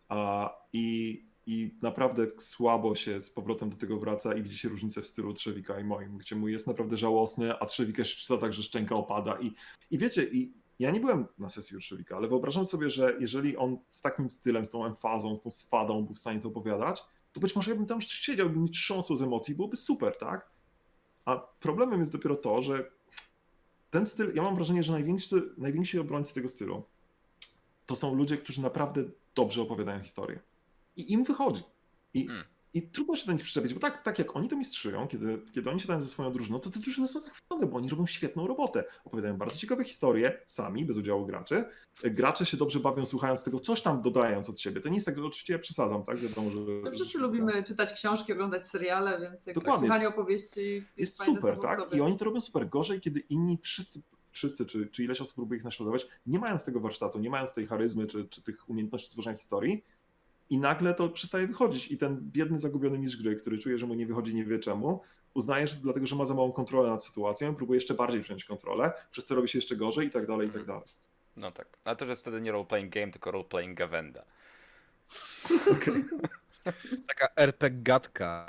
S3: I naprawdę słabo się z powrotem do tego wraca i widzi się różnicę w stylu Trzewika i moim, gdzie mój jest naprawdę żałosny, a Trzewika się czyta tak, że szczęka opada. I wiecie, ja nie byłem na sesji u Trzewika, ale wyobrażam sobie, że jeżeli on z takim stylem, z tą emfazą, z tą swadą był w stanie to opowiadać, to być może ja bym tam siedział, by mi trząsło z emocji, byłoby super, tak? A problemem jest dopiero to, że ten styl, ja mam wrażenie, że najwięksi obrońcy tego stylu to są ludzie, którzy naprawdę dobrze opowiadają historię. I im wychodzi. I trudno się do nich przyczepić, bo tak jak oni to mistrzują, kiedy oni siadają ze swoją drużyną, to te drużyny są zachwycone, bo oni robią świetną robotę. Opowiadają bardzo ciekawe historie, sami, bez udziału graczy. Gracze się dobrze bawią słuchając tego, coś tam dodając od siebie. To nie jest tak, że oczywiście ja przesadzam, tak? Wiadomo, że...
S4: No wszyscy lubimy czytać książki, oglądać seriale, więc jakby
S3: Dokładnie.
S4: słuchanie opowieści
S3: Jest
S4: fajne
S3: super,
S4: samo w
S3: tak?
S4: sobie.
S3: I oni to robią super. Gorzej, kiedy inni wszyscy czy ileś osób próbuje ich naśladować, nie mając tego warsztatu, nie mając tej charyzmy, czy tych umiejętności tworzenia historii, i nagle to przestaje wychodzić. I ten biedny, zagubiony mistrz gry, który czuje, że mu nie wychodzi, nie wie czemu, uznaje, że to dlatego, że ma za małą kontrolę nad sytuacją, próbuje jeszcze bardziej przejąć kontrolę, przez co robi się jeszcze gorzej i tak dalej, i tak dalej.
S1: No tak. Ale to już jest wtedy nie role-playing game, tylko role-playing Gawenda.
S3: Okej.
S2: Taka RPG-gatka.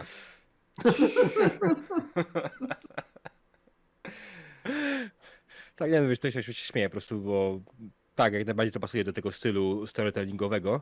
S2: Tak, ja wiem, że to się śmieję po prostu, bo tak, jak najbardziej to pasuje do tego stylu storytellingowego,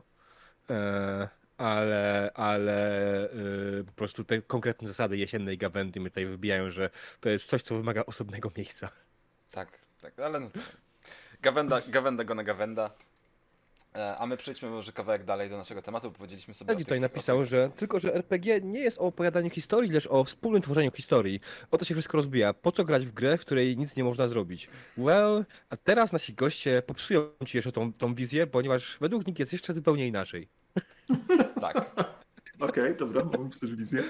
S2: ale po prostu te konkretne zasady jesiennej Gawendy mnie tutaj wybijają, że to jest coś, co wymaga osobnego miejsca.
S1: Tak, ale no to... Gawenda gona Gawenda. A my przejdźmy może kawałek dalej do naszego tematu, bo powiedzieliśmy sobie
S2: Teddy tutaj napisał, że tylko, że RPG nie jest o opowiadaniu historii, lecz o wspólnym tworzeniu historii. O to się wszystko rozbija. Po co grać w grę, w której nic nie można zrobić? Well, a teraz nasi goście popsują ci jeszcze tą wizję, ponieważ według nich jest jeszcze zupełnie inaczej.
S1: Tak.
S3: Okej, dobra, mamy też wizję.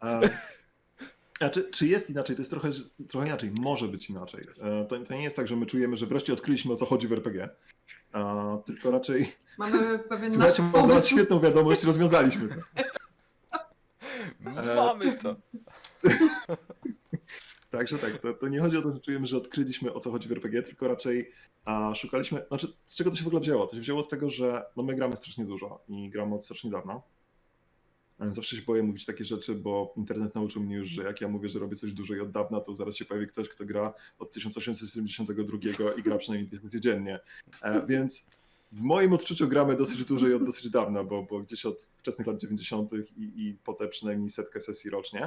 S3: A czy jest inaczej? To jest trochę inaczej. Może być inaczej. To nie jest tak, że my czujemy, że wreszcie odkryliśmy, o co chodzi w RPG. Tylko raczej...
S4: Mamy pewien
S3: Słuchajcie,
S4: nasz
S3: mam dla was
S4: pomysł.
S3: świetną wiadomość, rozwiązaliśmy to.
S1: Mamy to.
S3: Także tak, to nie chodzi o to, że czujemy, że odkryliśmy, o co chodzi w RPG, tylko raczej szukaliśmy... Znaczy, z czego to się w ogóle wzięło? To się wzięło z tego, że my gramy strasznie dużo i gramy od strasznie dawna. Zawsze się boję mówić takie rzeczy, bo internet nauczył mnie już, że jak ja mówię, że robię coś dużo i od dawna, to zaraz się pojawi ktoś, kto gra od 1872 i gra przynajmniej 2 sesje dziennie. Więc w moim odczuciu gramy dosyć dużo i od dosyć dawna, bo gdzieś od wczesnych lat 90. i potem przynajmniej 100 sesji rocznie.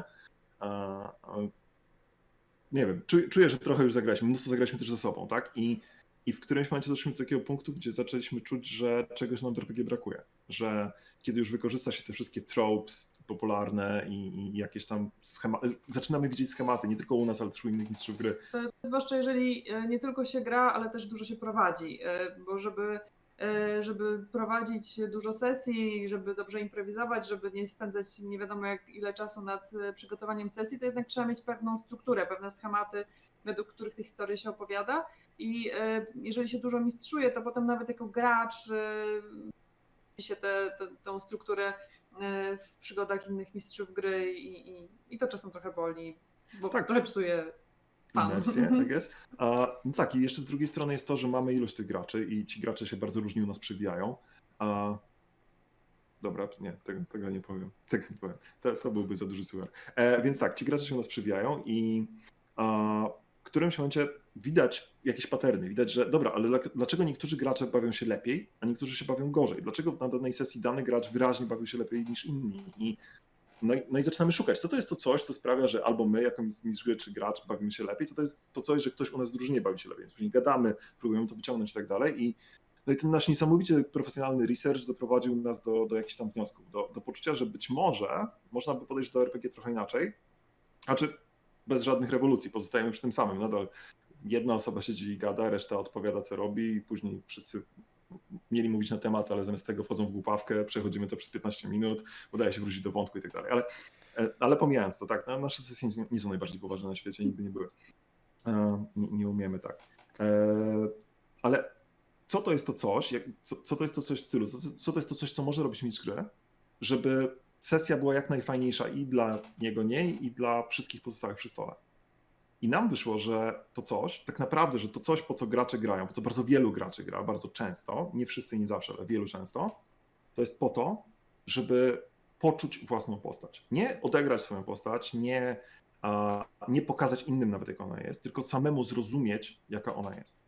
S3: Nie wiem, czuję, że trochę już zagraliśmy, mnóstwo zagraliśmy też ze sobą, tak? I w którymś momencie doszliśmy do takiego punktu, gdzie zaczęliśmy czuć, że czegoś nam w RPG brakuje. Że kiedy już wykorzysta się te wszystkie tropes popularne i jakieś tam schematy, zaczynamy widzieć schematy, nie tylko u nas, ale też u innych mistrzów gry.
S4: To zwłaszcza jeżeli nie tylko się gra, ale też dużo się prowadzi, bo żeby prowadzić dużo sesji, żeby dobrze improwizować, żeby nie spędzać nie wiadomo jak ile czasu nad przygotowaniem sesji, to jednak trzeba mieć pewną strukturę, pewne schematy, według których tych historii się opowiada i jeżeli się dużo mistrzuje, to potem nawet jako gracz widzi się tą strukturę w przygodach innych mistrzów gry i to czasem trochę boli, bo
S3: Tak.
S4: trochę psuje fan.
S3: Imersję, I guess. No tak, i jeszcze z drugiej strony jest to, że mamy ilość tych graczy i ci gracze się bardzo różni u nas przewijają. Dobra, nie, tego nie powiem. Tego nie powiem. To byłby za duży suchar. Więc tak, ci gracze się u nas przewijają i w którymś momencie widać jakieś paterny, widać, że dobra, ale dlaczego niektórzy gracze bawią się lepiej, a niektórzy się bawią gorzej? Dlaczego na danej sesji dany gracz wyraźnie bawił się lepiej niż inni? No i zaczynamy szukać, co to jest to coś, co sprawia, że albo my, jako mistrz gry czy gracz, bawimy się lepiej, co to jest to coś, że ktoś u nas w drużynie bawi się lepiej, więc później gadamy, próbujemy to wyciągnąć i tak dalej. No i ten nasz niesamowicie profesjonalny research doprowadził nas do jakichś tam wniosków, do poczucia, że być może można by podejść do RPG trochę inaczej, znaczy bez żadnych rewolucji, pozostajemy przy tym samym, nadal jedna osoba siedzi i gada, reszta odpowiada, co robi i później wszyscy mieli mówić na temat, ale zamiast tego wchodzą w głupawkę, przechodzimy to przez 15 minut, udaje się wrócić do wątku i tak dalej. Ale pomijając to, tak, nasze sesje nie są najbardziej poważne na świecie, nigdy nie były. Nie umiemy tak. Ale co to jest to coś, co to jest to coś w stylu, co to jest to coś, co może robić mistrz gry, żeby sesja była jak najfajniejsza i dla niego, niej, i dla wszystkich pozostałych przy stole. I nam wyszło, że to coś, tak naprawdę, że to coś, po co gracze grają, po co bardzo wielu graczy gra, bardzo często, nie wszyscy, nie zawsze, ale wielu często, to jest po to, żeby poczuć własną postać. Nie odegrać swoją postać, nie pokazać innym nawet, jak ona jest, tylko samemu zrozumieć, jaka ona jest.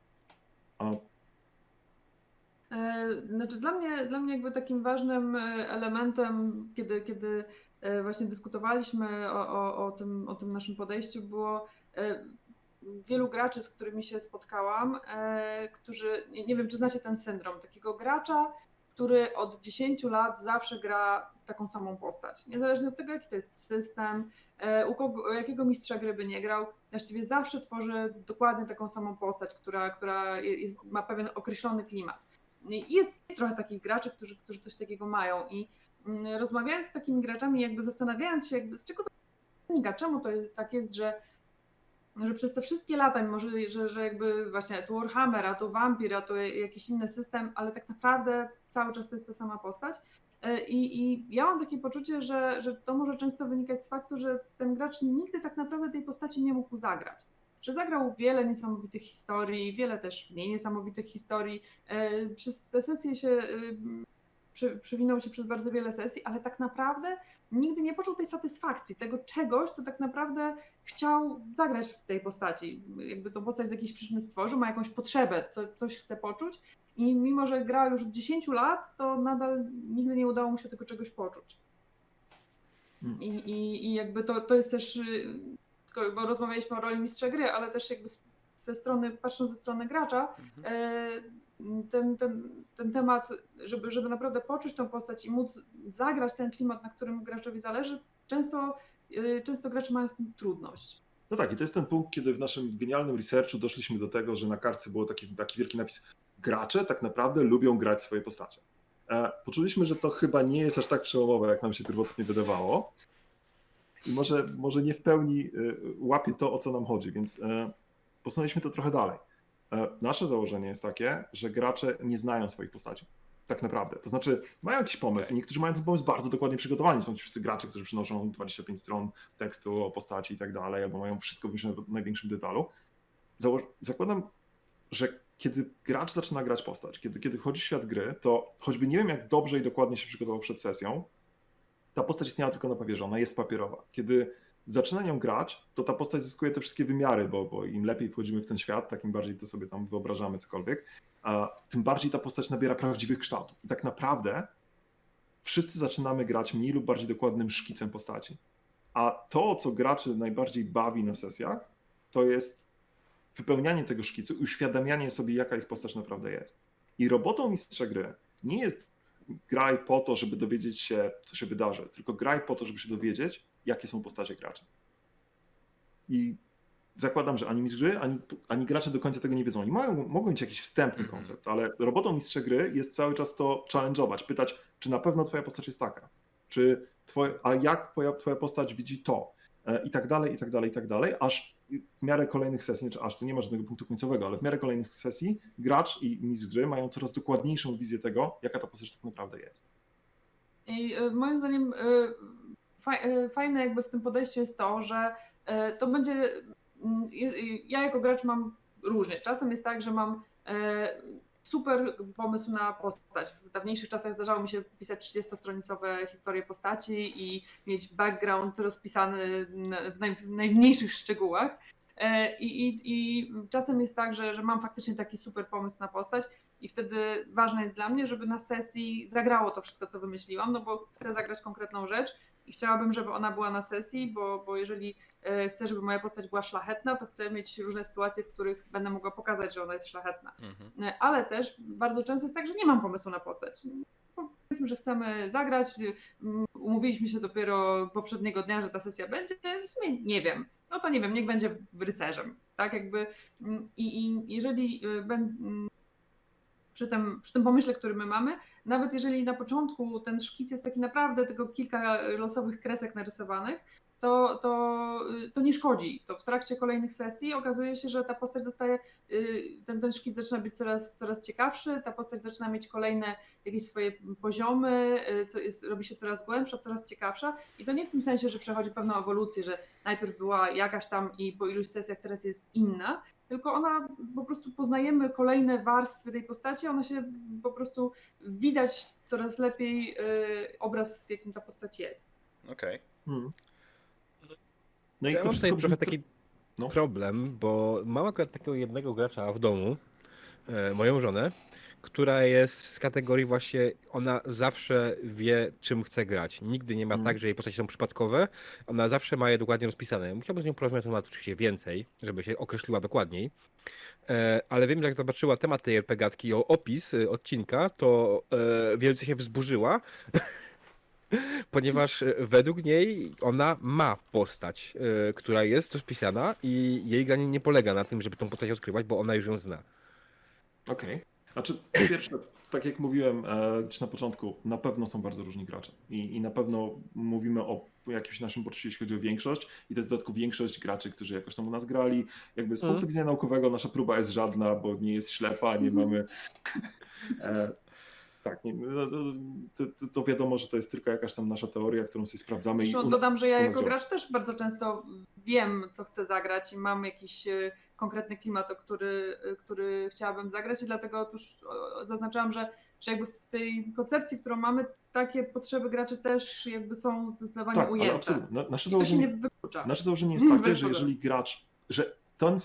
S4: Znaczy dla mnie jakby takim ważnym elementem, kiedy właśnie dyskutowaliśmy o tym naszym podejściu, było wielu graczy, z którymi się spotkałam, którzy, nie wiem, czy znacie ten syndrom, takiego gracza, który od 10 lat zawsze gra taką samą postać. Niezależnie od tego, jaki to jest system, jakiego mistrza gry by nie grał, właściwie zawsze tworzy dokładnie taką samą postać, która ma pewien określony klimat. Jest trochę takich graczy, którzy coś takiego mają i rozmawiając z takimi graczami, jakby zastanawiając się, z czego to wynika, czemu to tak jest, że przez te wszystkie lata, mimo że jakby właśnie tu Warhammer, a tu Vampir, a tu jakiś inny system, ale tak naprawdę cały czas to jest ta sama postać. I ja mam takie poczucie, że to może często wynikać z faktu, że ten gracz nigdy tak naprawdę tej postaci nie mógł zagrać. Że zagrał wiele niesamowitych historii, wiele też mniej niesamowitych historii. Przez te sesje przewinął się przez bardzo wiele sesji, ale tak naprawdę nigdy nie poczuł tej satysfakcji, tego czegoś, co tak naprawdę chciał zagrać w tej postaci. Jakby tą postać z jakiejś przyczyny stworzył, ma jakąś potrzebę, coś chce poczuć i mimo, że gra już od 10 lat, to nadal nigdy nie udało mu się tego czegoś poczuć. I jakby to jest też, bo rozmawialiśmy o roli mistrza gry, ale też jakby patrząc ze strony gracza, ten temat, żeby naprawdę poczuć tą postać i móc zagrać ten klimat, na którym graczowi zależy, często gracze mają z tym trudność.
S3: No tak, i to jest ten punkt, kiedy w naszym genialnym researchu doszliśmy do tego, że na kartce było taki wielki napis: gracze tak naprawdę lubią grać swoje postacie. Poczuliśmy, że to chyba nie jest aż tak przełomowe, jak nam się pierwotnie wydawało. I może nie w pełni łapie to, o co nam chodzi, więc posunęliśmy to trochę dalej. Nasze założenie jest takie, że gracze nie znają swoich postaci. Tak naprawdę. To znaczy mają jakiś pomysł i niektórzy mają ten pomysł bardzo dokładnie przygotowani. Są ci wszyscy gracze, którzy przynoszą 25 stron tekstu o postaci i tak dalej, albo mają wszystko wymyślone w największym detalu. Zakładam, że kiedy gracz zaczyna grać postać, kiedy wchodzi w świat gry, to choćby nie wiem, jak dobrze i dokładnie się przygotował przed sesją, ta postać istniała tylko na papierze, ona jest papierowa. Kiedy zaczyna nią grać, to ta postać zyskuje te wszystkie wymiary, bo im lepiej wchodzimy w ten świat, tak im bardziej to sobie tam wyobrażamy cokolwiek, a tym bardziej ta postać nabiera prawdziwych kształtów. I tak naprawdę wszyscy zaczynamy grać mniej lub bardziej dokładnym szkicem postaci. A to, co graczy najbardziej bawi na sesjach, to jest wypełnianie tego szkicu i uświadamianie sobie, jaka ich postać naprawdę jest. I robotą mistrza gry nie jest graj po to, żeby dowiedzieć się, co się wydarzy, tylko graj po to, żeby się dowiedzieć, jakie są postacie graczy. I zakładam, że ani mistrz gry, ani gracze do końca tego nie wiedzą. Oni mogą mieć jakiś wstępny koncept, ale robotą mistrza gry jest cały czas to challenge'ować, pytać, czy na pewno twoja postać jest taka, a jak twoja postać widzi to, i tak dalej, i tak dalej, i tak dalej, aż w miarę kolejnych sesji, tu nie ma żadnego punktu końcowego, ale w miarę kolejnych sesji gracz i mistrz gry mają coraz dokładniejszą wizję tego, jaka ta postać tak naprawdę jest.
S4: I moim zdaniem fajne jakby w tym podejściu jest to, że to będzie, ja jako gracz mam różnie. Czasem jest tak, że mam super pomysł na postać. W dawniejszych czasach zdarzało mi się pisać 30-stronicowe historie postaci i mieć background rozpisany w najmniejszych szczegółach. I czasem jest tak, że mam faktycznie taki super pomysł na postać i wtedy ważne jest dla mnie, żeby na sesji zagrało to wszystko, co wymyśliłam, no bo chcę zagrać konkretną rzecz i chciałabym, żeby ona była na sesji, bo jeżeli chcę, żeby moja postać była szlachetna, to chcę mieć różne sytuacje, w których będę mogła pokazać, że ona jest szlachetna. Ale też bardzo często jest tak, że nie mam pomysłu na postać. Powiedzmy, że chcemy zagrać, umówiliśmy się dopiero poprzedniego dnia, że ta sesja będzie, w sumie nie wiem. No to nie wiem, niech będzie rycerzem. Tak jakby i jeżeli przy tym pomyśle, który my mamy, nawet jeżeli na początku ten szkic jest taki naprawdę tylko kilka losowych kresek narysowanych, to nie szkodzi. To w trakcie kolejnych sesji okazuje się, że ta postać dostaje, ten szkic zaczyna być coraz ciekawszy, ta postać zaczyna mieć kolejne jakieś swoje poziomy, robi się coraz głębsza, coraz ciekawsza i to nie w tym sensie, że przechodzi pewną ewolucję, że najpierw była jakaś tam i po iluś sesjach teraz jest inna, tylko ona po prostu poznajemy kolejne warstwy tej postaci, ona się po prostu widać coraz lepiej obraz, z jakim ta postać jest.
S1: Okej.
S3: No i
S2: Ja
S3: to
S2: mam
S3: wszystko
S2: tutaj trochę
S3: brzmi-
S2: taki
S3: No.
S2: problem, bo mam akurat takiego jednego gracza w domu, moją żonę, która jest z kategorii właśnie, ona zawsze wie, czym chce grać. Nigdy nie ma tak, że jej postacie są przypadkowe, ona zawsze ma je dokładnie rozpisane. Chciałbym z nią porozmawiać na temat oczywiście więcej, żeby się określiła dokładniej. Ale wiem, że jak zobaczyła temat tej RPGatki, opis odcinka, to wielce się wzburzyła, ponieważ według niej ona ma postać, która jest rozpisana i jej granie nie polega na tym, żeby tą postać odkrywać, bo ona już ją zna.
S3: Okej. Znaczy, po pierwsze, tak jak mówiłem gdzieś na początku, na pewno są bardzo różni gracze. I na pewno mówimy o jakimś naszym poczuciu, jeśli chodzi o większość. I to jest w dodatku większość graczy, którzy jakoś tam u nas grali. Jakby z punktu widzenia naukowego nasza próba jest żadna, bo nie jest ślepa, nie mamy... Tak, to wiadomo, że to jest tylko jakaś tam nasza teoria, którą sobie sprawdzamy.
S4: Zresztą dodam, że ja
S3: u nas
S4: jako
S3: działa.
S4: gracz też bardzo często wiem, co chcę zagrać i mam jakiś konkretny klimat, który chciałabym zagrać i dlatego otóż zaznaczałam, że jakby w tej koncepcji, którą mamy, takie potrzeby graczy też jakby są zdecydowanie
S3: Tak,
S4: ujęte.
S3: ale absolutnie. Nasze
S4: I to się nie
S3: założenie,
S4: wyklucza.
S3: nasze założenie jest takie,
S4: Wbrew
S3: że
S4: pozorom.
S3: jeżeli gracz, że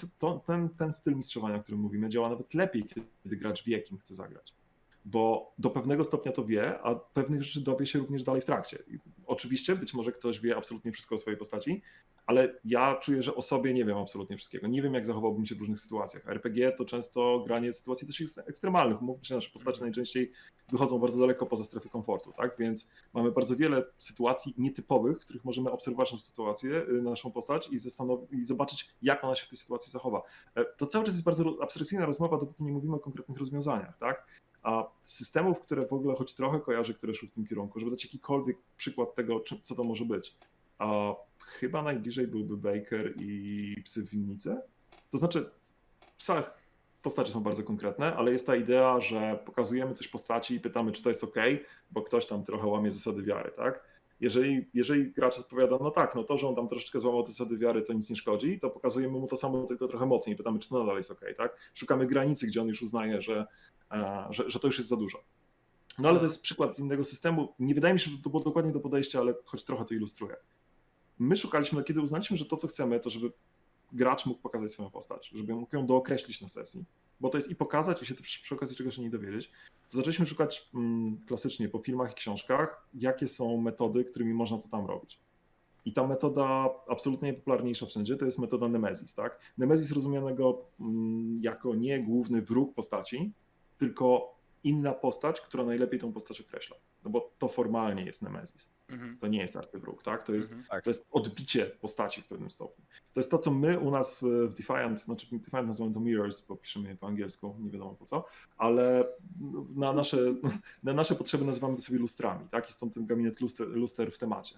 S3: ten styl mistrzowania, o którym mówimy, działa nawet lepiej, kiedy gracz wie, kim chce zagrać. Bo do pewnego stopnia to wie, a pewnych rzeczy dowie się również dalej w trakcie. I oczywiście być może ktoś wie absolutnie wszystko o swojej postaci, ale ja czuję, że o sobie nie wiem absolutnie wszystkiego. Nie wiem, jak zachowałbym się w różnych sytuacjach. RPG to często granie sytuacji też jest ekstremalnych. Umówmy się, nasze postacie najczęściej wychodzą bardzo daleko poza strefy komfortu, tak? Więc mamy bardzo wiele sytuacji nietypowych, w których możemy obserwować naszą sytuację, naszą postać i zobaczyć, jak ona się w tej sytuacji zachowa. To cały czas jest bardzo abstrakcyjna rozmowa, dopóki nie mówimy o konkretnych rozwiązaniach, tak? A systemów, które w ogóle choć trochę kojarzę, które szły w tym kierunku, żeby dać jakikolwiek przykład tego, co to może być. A chyba najbliżej byłby Baker i Psy w winnicy. To znaczy, w psach postacie są bardzo konkretne, ale jest ta idea, że pokazujemy coś postaci i pytamy, czy to jest ok, bo ktoś tam trochę łamie zasady wiary, tak? Jeżeli gracz odpowiada, no tak, no to, że on tam troszeczkę złamał te zasady wiary, to nic nie szkodzi, to pokazujemy mu to samo, tylko trochę mocniej. Pytamy, czy to nadal jest ok, tak? Szukamy granicy, gdzie on już uznaje, że to już jest za dużo. No ale to jest przykład z innego systemu. Nie wydaje mi się, że to było dokładnie do podejścia, ale choć trochę to ilustruje. My szukaliśmy, kiedy uznaliśmy, że to, co chcemy, to żeby gracz mógł pokazać swoją postać, żeby mógł ją dookreślić na sesji, bo to jest i pokazać, i się też przy okazji czegoś o niej dowiedzieć, to zaczęliśmy szukać klasycznie po filmach i książkach, jakie są metody, którymi można to tam robić. I ta metoda absolutnie najpopularniejsza wszędzie to jest metoda Nemesis, tak? Nemesis rozumianego jako nie główny wróg postaci, tylko inna postać, która najlepiej tą postać określa. No bo to formalnie jest Nemesis. To nie jest arcywróg, tak? To jest odbicie postaci w pewnym stopniu. To jest to, co my u nas w Defiant, znaczy Defiant nazywamy to Mirrors, bo piszemy je po angielsku, nie wiadomo po co, ale na nasze potrzeby nazywamy to sobie lustrami, tak? I stąd ten gabinet luster w temacie.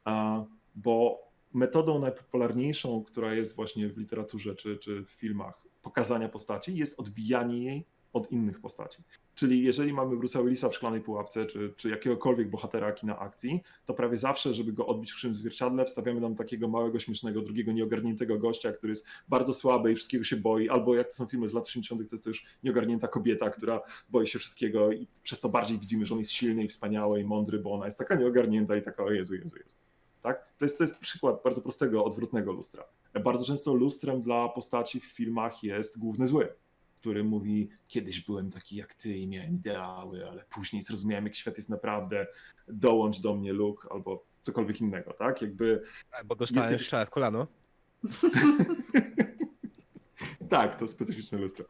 S3: Bo metodą najpopularniejszą, która jest właśnie w literaturze czy w filmach pokazania postaci, jest odbijanie jej od innych postaci. Czyli jeżeli mamy Bruce'a Willisa w Szklanej Pułapce, czy jakiegokolwiek bohatera kina akcji, to prawie zawsze, żeby go odbić w krzywym zwierciadle, wstawiamy tam takiego małego, śmiesznego, drugiego nieogarniętego gościa, który jest bardzo słaby i wszystkiego się boi, albo jak to są filmy z lat 80., to jest to już nieogarnięta kobieta, która boi się wszystkiego i przez to bardziej widzimy, że on jest silny i wspaniały i mądry, bo ona jest taka nieogarnięta i taka o Jezu, Jezu, Jezu. Tak? To jest przykład bardzo prostego, odwrotnego lustra. Bardzo często lustrem dla postaci w filmach jest główny zły, który mówi, kiedyś byłem taki jak ty i miałem ideały, ale później zrozumiałem, jak świat jest naprawdę, dołącz do mnie, Luke, albo cokolwiek innego, tak? Jakby
S2: Bo dostałem
S3: jakiś-
S2: strzał w kolano.
S3: Tak, to specyficzne lustro.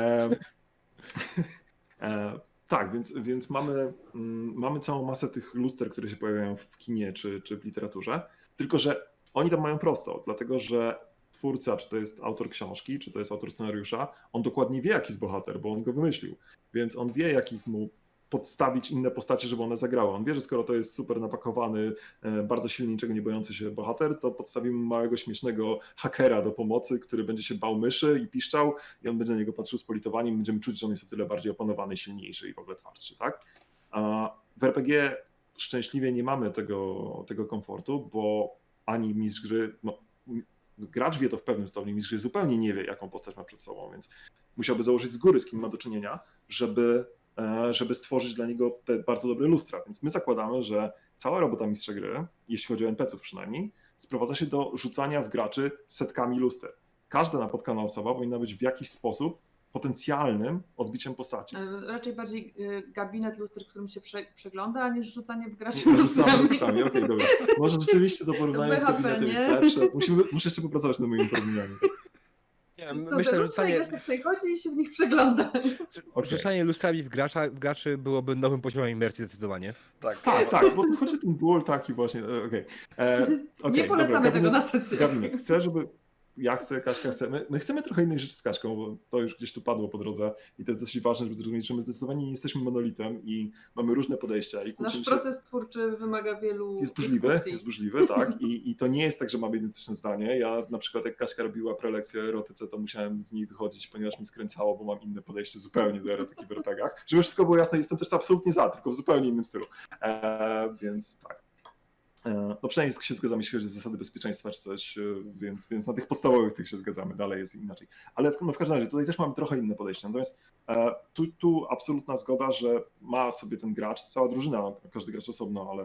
S3: Tak, więc mamy całą masę tych luster, które się pojawiają w kinie czy w literaturze, tylko że oni tam mają prosto, dlatego że twórca, czy to jest autor książki, czy to jest autor scenariusza, on dokładnie wie, jaki jest bohater, bo on go wymyślił, więc on wie, jakich mu podstawić inne postacie, żeby one zagrały. On wie, że skoro to jest super napakowany, bardzo silny, niczego nie bojący się bohater, to podstawimy małego, śmiesznego hakera do pomocy, który będzie się bał myszy i piszczał i on będzie na niego patrzył z politowaniem, będziemy czuć, że on jest o tyle bardziej opanowany, silniejszy i w ogóle twardszy, tak? A w RPG szczęśliwie nie mamy tego komfortu, bo ani mistrz gry, gracz wie to w pewnym stopniu, mistrz gry zupełnie nie wie, jaką postać ma przed sobą, więc musiałby założyć z góry, z kim ma do czynienia, żeby stworzyć dla niego te bardzo dobre lustra. Więc my zakładamy, że cała robota mistrza gry, jeśli chodzi o NPC-ów przynajmniej, sprowadza się do rzucania w graczy setkami luster. Każda napotkana osoba powinna być w jakiś sposób potencjalnym odbiciem postaci.
S4: Raczej bardziej gabinet luster, w którym się przegląda, niż rzucanie w graczy
S3: Rzucamy
S4: lustrami.
S3: lustrami, okej, dobra. Może rzeczywiście to porównanie z
S4: BHP,
S3: gabinetem jest
S4: nie?
S3: lepsze. Muszę jeszcze popracować nad moimi porównaniami.
S2: Nie,
S4: Co,
S2: myślę,
S4: te
S2: że
S4: lustra i
S2: rzucanie,
S4: grasz tak sobie chodzi i się w nich przegląda.
S2: rzucanie lustrami w graczy byłoby nowym poziomem imersji zdecydowanie.
S1: Tak.
S3: Tak, bo tu chodzi o ten duel taki właśnie, okej.
S4: Nie polecamy tego na
S3: sesję.
S4: sesję.
S3: Gabinet, chcę, żeby... Ja chcę, Kaśka chce. My chcemy trochę innych rzeczy z Kaśką, bo to już gdzieś tu padło po drodze i to jest dosyć ważne, żeby zrozumieć, że my zdecydowanie nie jesteśmy monolitem i mamy różne podejścia. I
S4: Nasz
S3: kłócimy się.
S4: proces twórczy wymaga wielu dyskusji.
S3: Jest burzliwy, tak. I to nie jest tak, że mamy identyczne zdanie. Ja na przykład jak Kaśka robiła prelekcję o erotyce, to musiałem z niej wychodzić, ponieważ mi skręcało, bo mam inne podejście zupełnie do erotyki w RPGach. Żeby wszystko było jasne, jestem też absolutnie za, tylko w zupełnie innym stylu. Więc tak. No przynajmniej się zgadzamy, jeśli chodzi o zasady bezpieczeństwa czy coś, więc na tych podstawowych tych się zgadzamy, dalej jest inaczej. Ale w każdym razie tutaj też mamy trochę inne podejście. Natomiast tu absolutna zgoda, że ma sobie ten gracz, cała drużyna, każdy gracz osobno, ale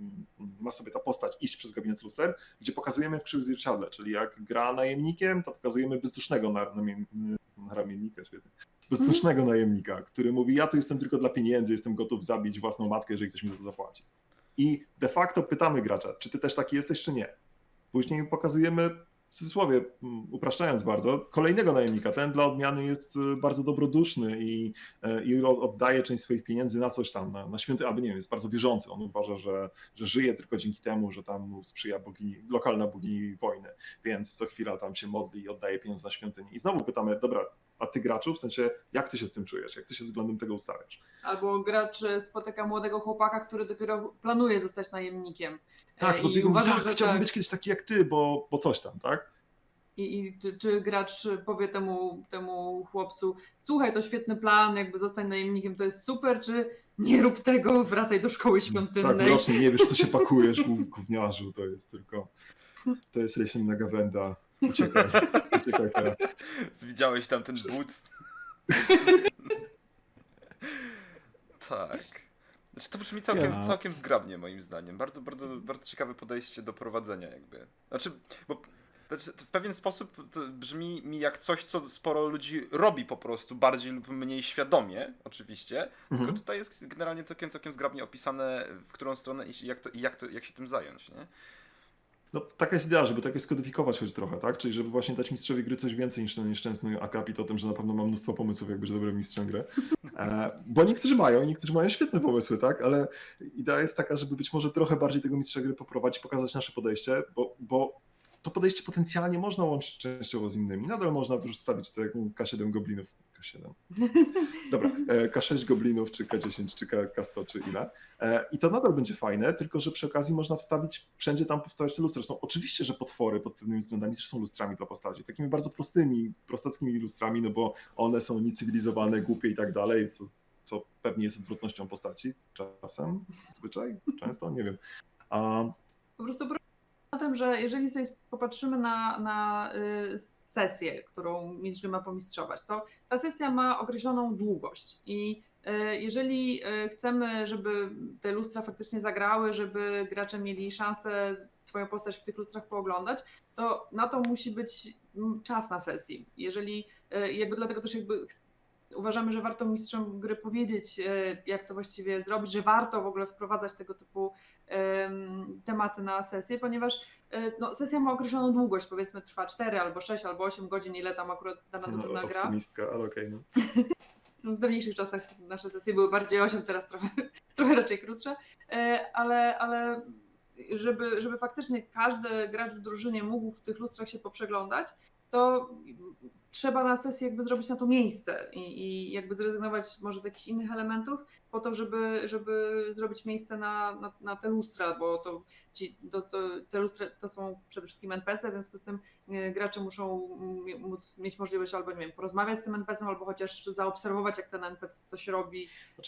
S3: ma sobie ta postać iść przez gabinet luster, gdzie pokazujemy w krzywych zwierciadle, czyli jak gra najemnikiem, to pokazujemy bezdusznego ramiennika, świetnie. Bezdusznego najemnika, który mówi, ja tu jestem tylko dla pieniędzy, jestem gotów zabić własną matkę, jeżeli ktoś mi za to zapłaci. I de facto pytamy gracza, czy ty też taki jesteś, czy nie. Później pokazujemy, w cudzysłowie, upraszczając bardzo, kolejnego najemnika. Ten dla odmiany jest bardzo dobroduszny i oddaje część swoich pieniędzy na coś tam, na święty, albo nie wiem, jest bardzo wierzący. On uważa, że żyje tylko dzięki temu, że tam mu sprzyja lokalna bogini wojny, więc co chwila tam się modli i oddaje pieniądze na świątynię. I znowu pytamy, dobra, a ty graczu, w sensie, jak ty się z tym czujesz, jak ty się względem tego ustawiasz?
S4: Albo gracz spotyka młodego chłopaka, który dopiero planuje zostać najemnikiem.
S3: Tak,
S4: I uważa,
S3: tak,
S4: że
S3: chciałbym
S4: tak.
S3: być kiedyś taki jak ty, bo coś tam, tak?
S4: Czy gracz powie temu chłopcu, słuchaj, to świetny plan, jakby zostań najemnikiem, to jest super, czy nie rób tego, wracaj do szkoły
S3: Tak,
S4: świątynnej.
S3: rocznie nie wiesz, co się pakujesz, gówniarzu, to jest leśna gawenda. Uciekaj teraz.
S1: Widziałeś tam ten but? Tak. Znaczy to brzmi całkiem zgrabnie moim zdaniem. Bardzo, bardzo, bardzo ciekawe podejście do prowadzenia jakby. Znaczy, bo w pewien sposób to brzmi mi jak coś, co sporo ludzi robi po prostu, bardziej lub mniej świadomie, oczywiście. Tylko tutaj jest generalnie całkiem zgrabnie opisane, w którą stronę iść i jak się tym zająć, nie?
S3: No taka jest idea, żeby to jakoś skodyfikować choć trochę, tak? Czyli żeby właśnie dać mistrzowi gry coś więcej niż ten nieszczęsny akapit o tym, że na pewno mam mnóstwo pomysłów, jak być dobrym mistrzem gry. Bo niektórzy mają świetne pomysły, tak? Ale idea jest taka, żeby być może trochę bardziej tego mistrza gry poprowadzić, pokazać nasze podejście, bo to podejście potencjalnie można łączyć częściowo z innymi. Nadal można wstawić te K7 goblinów. K7. Dobra, K6 goblinów, czy K10, czy K100, czy ile. I to nadal będzie fajne, tylko że przy okazji można wstawić, wszędzie tam powstawać te lustra. Zresztą oczywiście, że potwory pod pewnymi względami też są lustrami dla postaci. Takimi bardzo prostymi, prostackimi lustrami, no bo one są niecywilizowane, głupie i tak dalej, co pewnie jest odwrotnością postaci. Czasem, zazwyczaj, często, nie wiem.
S4: Po prostu na tym, że jeżeli sobie popatrzymy na sesję, którą mistrz gry ma pomistrzować, to ta sesja ma określoną długość i jeżeli chcemy, żeby te lustra faktycznie zagrały, żeby gracze mieli szansę swoją postać w tych lustrach pooglądać, to na to musi być czas na sesji. Jeżeli jakby dlatego też jakby uważamy, że warto mistrzom gry powiedzieć, jak to właściwie zrobić, że warto w ogóle wprowadzać tego typu tematy na sesję, ponieważ no, sesja ma określoną długość, powiedzmy trwa 4 albo 6 albo 8 godzin, ile tam akurat dana drużyna gra.
S3: Optymistka, ale okej. No.
S4: W dawniejszych czasach nasze sesje były bardziej 8, teraz trochę raczej krótsze, ale żeby faktycznie każdy gracz w drużynie mógł w tych lustrach się poprzeglądać, to trzeba na sesji jakby zrobić na to miejsce i jakby zrezygnować może z jakichś innych elementów po to, żeby zrobić miejsce na te lustra, bo te lustra to są przede wszystkim NPC, w związku z tym gracze muszą mieć możliwość albo, nie wiem, porozmawiać z tym NPC-em, albo chociaż zaobserwować, jak ten NPC coś robi.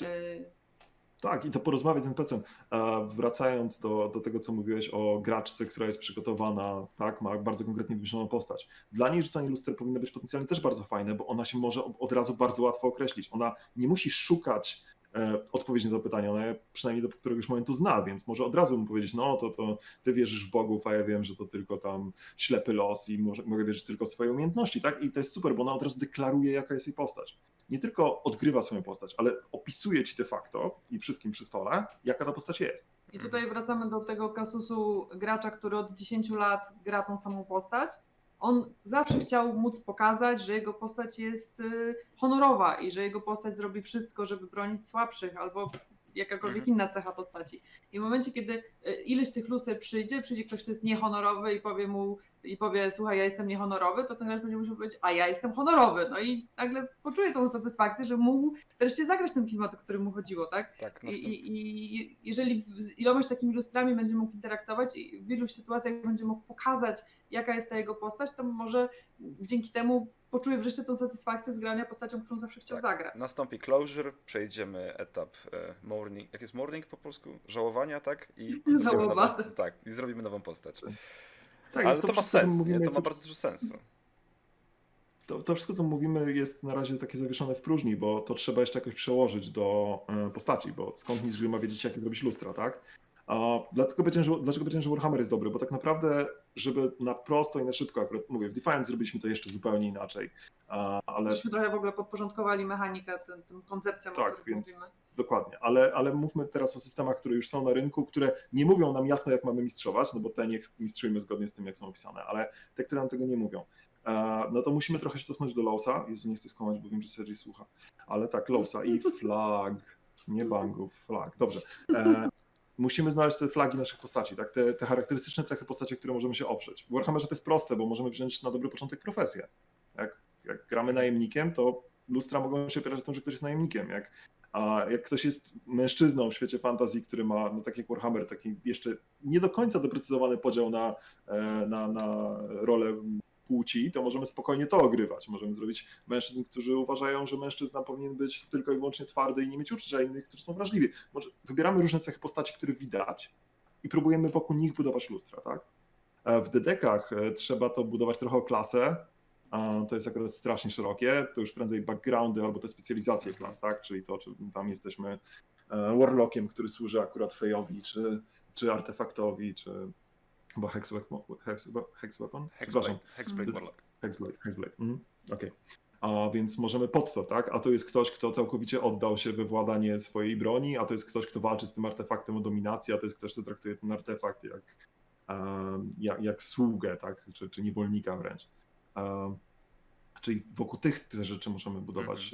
S3: Tak, i to porozmawiać z NPC-em. Wracając do tego, co mówiłeś o graczce, która jest przygotowana, tak, ma bardzo konkretnie wymyśloną postać. Dla niej rzucanie luster powinno być potencjalnie też bardzo fajne, bo ona się może od razu bardzo łatwo określić. Ona nie musi szukać odpowiedzi na to pytanie, ona je przynajmniej do któregoś momentu zna, więc może od razu mu powiedzieć, no to ty wierzysz w bogów, a ja wiem, że to tylko tam ślepy los i mogę wierzyć tylko w swoje umiejętności, tak? I to jest super, bo ona od razu deklaruje, jaka jest jej postać. Nie tylko odgrywa swoją postać, ale opisuje ci de facto i wszystkim przy stole, jaka ta postać jest.
S4: I tutaj wracamy do tego kasusu gracza, który od 10 lat gra tą samą postać. On zawsze chciał móc pokazać, że jego postać jest honorowa i że jego postać zrobi wszystko, żeby bronić słabszych albo jakakolwiek inna cecha postaci. I w momencie, kiedy ileś tych luster przyjdzie ktoś, kto jest niehonorowy i powie, słuchaj, ja jestem niehonorowy, to ten gracz będzie musiał powiedzieć, a ja jestem honorowy. No i nagle poczuje tą satysfakcję, że mógł wreszcie zagrać ten klimat, o który mu chodziło, tak?
S1: Tak,
S4: I jeżeli z ilomaś takimi lustrami będzie mógł interaktować i w iluś sytuacjach będzie mógł pokazać, jaka jest ta jego postać, to może dzięki temu poczuje wreszcie tą satysfakcję z grania postacią, którą zawsze chciał zagrać.
S1: Nastąpi closure, przejdziemy etap mourning, jak jest mourning po polsku? Żałowania, tak? I i zrobimy nową postać.
S3: Tak,
S1: ale to ma
S3: wszystko, co
S1: sens,
S3: mówimy,
S1: to ma bardzo dużo sensu.
S3: To wszystko, co mówimy, jest na razie takie zawieszone w próżni, bo to trzeba jeszcze jakoś przełożyć do postaci, bo skąd mistrz gry ma wiedzieć, jakie zrobić lustra, tak? Dlaczego powiedziałem, że Warhammer jest dobry? Bo tak naprawdę, żeby na prosto i na szybko, akurat mówię, w Defiance zrobiliśmy to jeszcze zupełnie inaczej. Ale
S4: Żeśmy trochę w ogóle podporządkowali mechanikę tym koncepcjom,
S3: tak,
S4: o których
S3: więc
S4: mówimy.
S3: dokładnie, ale mówmy teraz o systemach, które już są na rynku, które nie mówią nam jasno, jak mamy mistrzować, no bo te niech mistrzujmy zgodnie z tym, jak są opisane, ale te, które nam tego nie mówią. No to musimy trochę się cofnąć do Lowsa. Jezu, nie chcę skłamać, bo wiem, że Sergi słucha. Ale tak, Lowsa i flag, nie bangów, flag. Dobrze. Musimy znaleźć te flagi naszych postaci, tak? Te charakterystyczne cechy postaci, które możemy się oprzeć. W Warhammerze to jest proste, bo możemy wziąć na dobry początek profesję. Jak gramy najemnikiem, to lustra mogą się opierać na tym, że ktoś jest najemnikiem. A jak ktoś jest mężczyzną w świecie fantazji, który ma, no tak jak Warhammer, taki jeszcze nie do końca doprecyzowany podział na rolę płci, to możemy spokojnie to ogrywać. Możemy zrobić mężczyzn, którzy uważają, że mężczyzna powinien być tylko i wyłącznie twardy i nie mieć uczuć, a innych, którzy są wrażliwi. Wybieramy różne cechy postaci, które widać i próbujemy wokół nich budować lustra, tak? W DD-kach trzeba to budować trochę o klasę. To jest akurat strasznie szerokie, to już prędzej backgroundy albo te specjalizacje klas, tak? Czyli to, czy tam jesteśmy warlockiem, który służy akurat fejowi, czy artefaktowi, czy chyba hex weapon? Przepraszam.
S1: Hexblade Warlock.
S3: Hexblade. Okej. A więc możemy pod to, tak? A to jest ktoś, kto całkowicie oddał się we władanie swojej broni, a to jest ktoś, kto walczy z tym artefaktem o dominację, a to jest ktoś, kto traktuje ten artefakt jak sługę, tak? Czy niewolnika wręcz. Czyli wokół tych rzeczy możemy budować.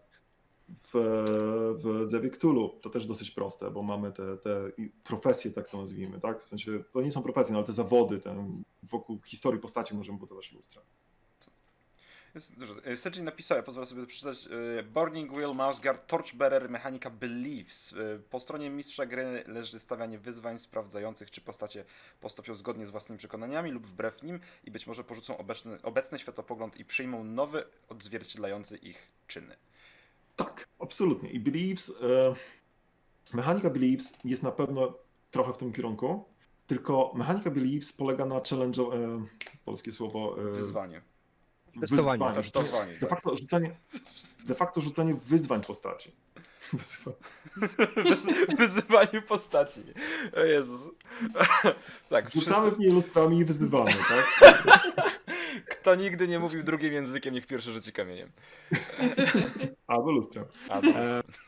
S3: W Zewie Cthulhu to też dosyć proste, bo mamy te profesje, tak to nazwijmy, tak? W sensie, to nie są profesje, no, ale te zawody, wokół historii postaci możemy budować lustra.
S1: Jest dużo. Sergi napisał, ja pozwolę sobie to przeczytać. Burning Wheel, Mouseguard, Torchbearer, mechanika Beliefs. Po stronie mistrza gry leży stawianie wyzwań sprawdzających, czy postacie postąpią zgodnie z własnymi przekonaniami lub wbrew nim i być może porzucą obecny światopogląd i przyjmą nowy, odzwierciedlający ich czyny.
S3: Tak, absolutnie. I Beliefs, mechanika Beliefs jest na pewno trochę w tym kierunku, tylko mechanika Beliefs polega na challenge, polskie słowo...
S1: Wyzwanie.
S2: Testowanie.
S3: De facto rzucanie wyzwań postaci.
S1: Wyzywaniu postaci. O Jezus. Tak,
S3: Rzucamy w niej lustrami i wyzywamy, tak?
S1: Kto nigdy nie mówił drugim językiem, niech pierwszy rzuci kamieniem.
S3: Albo lustrem.
S1: A, no.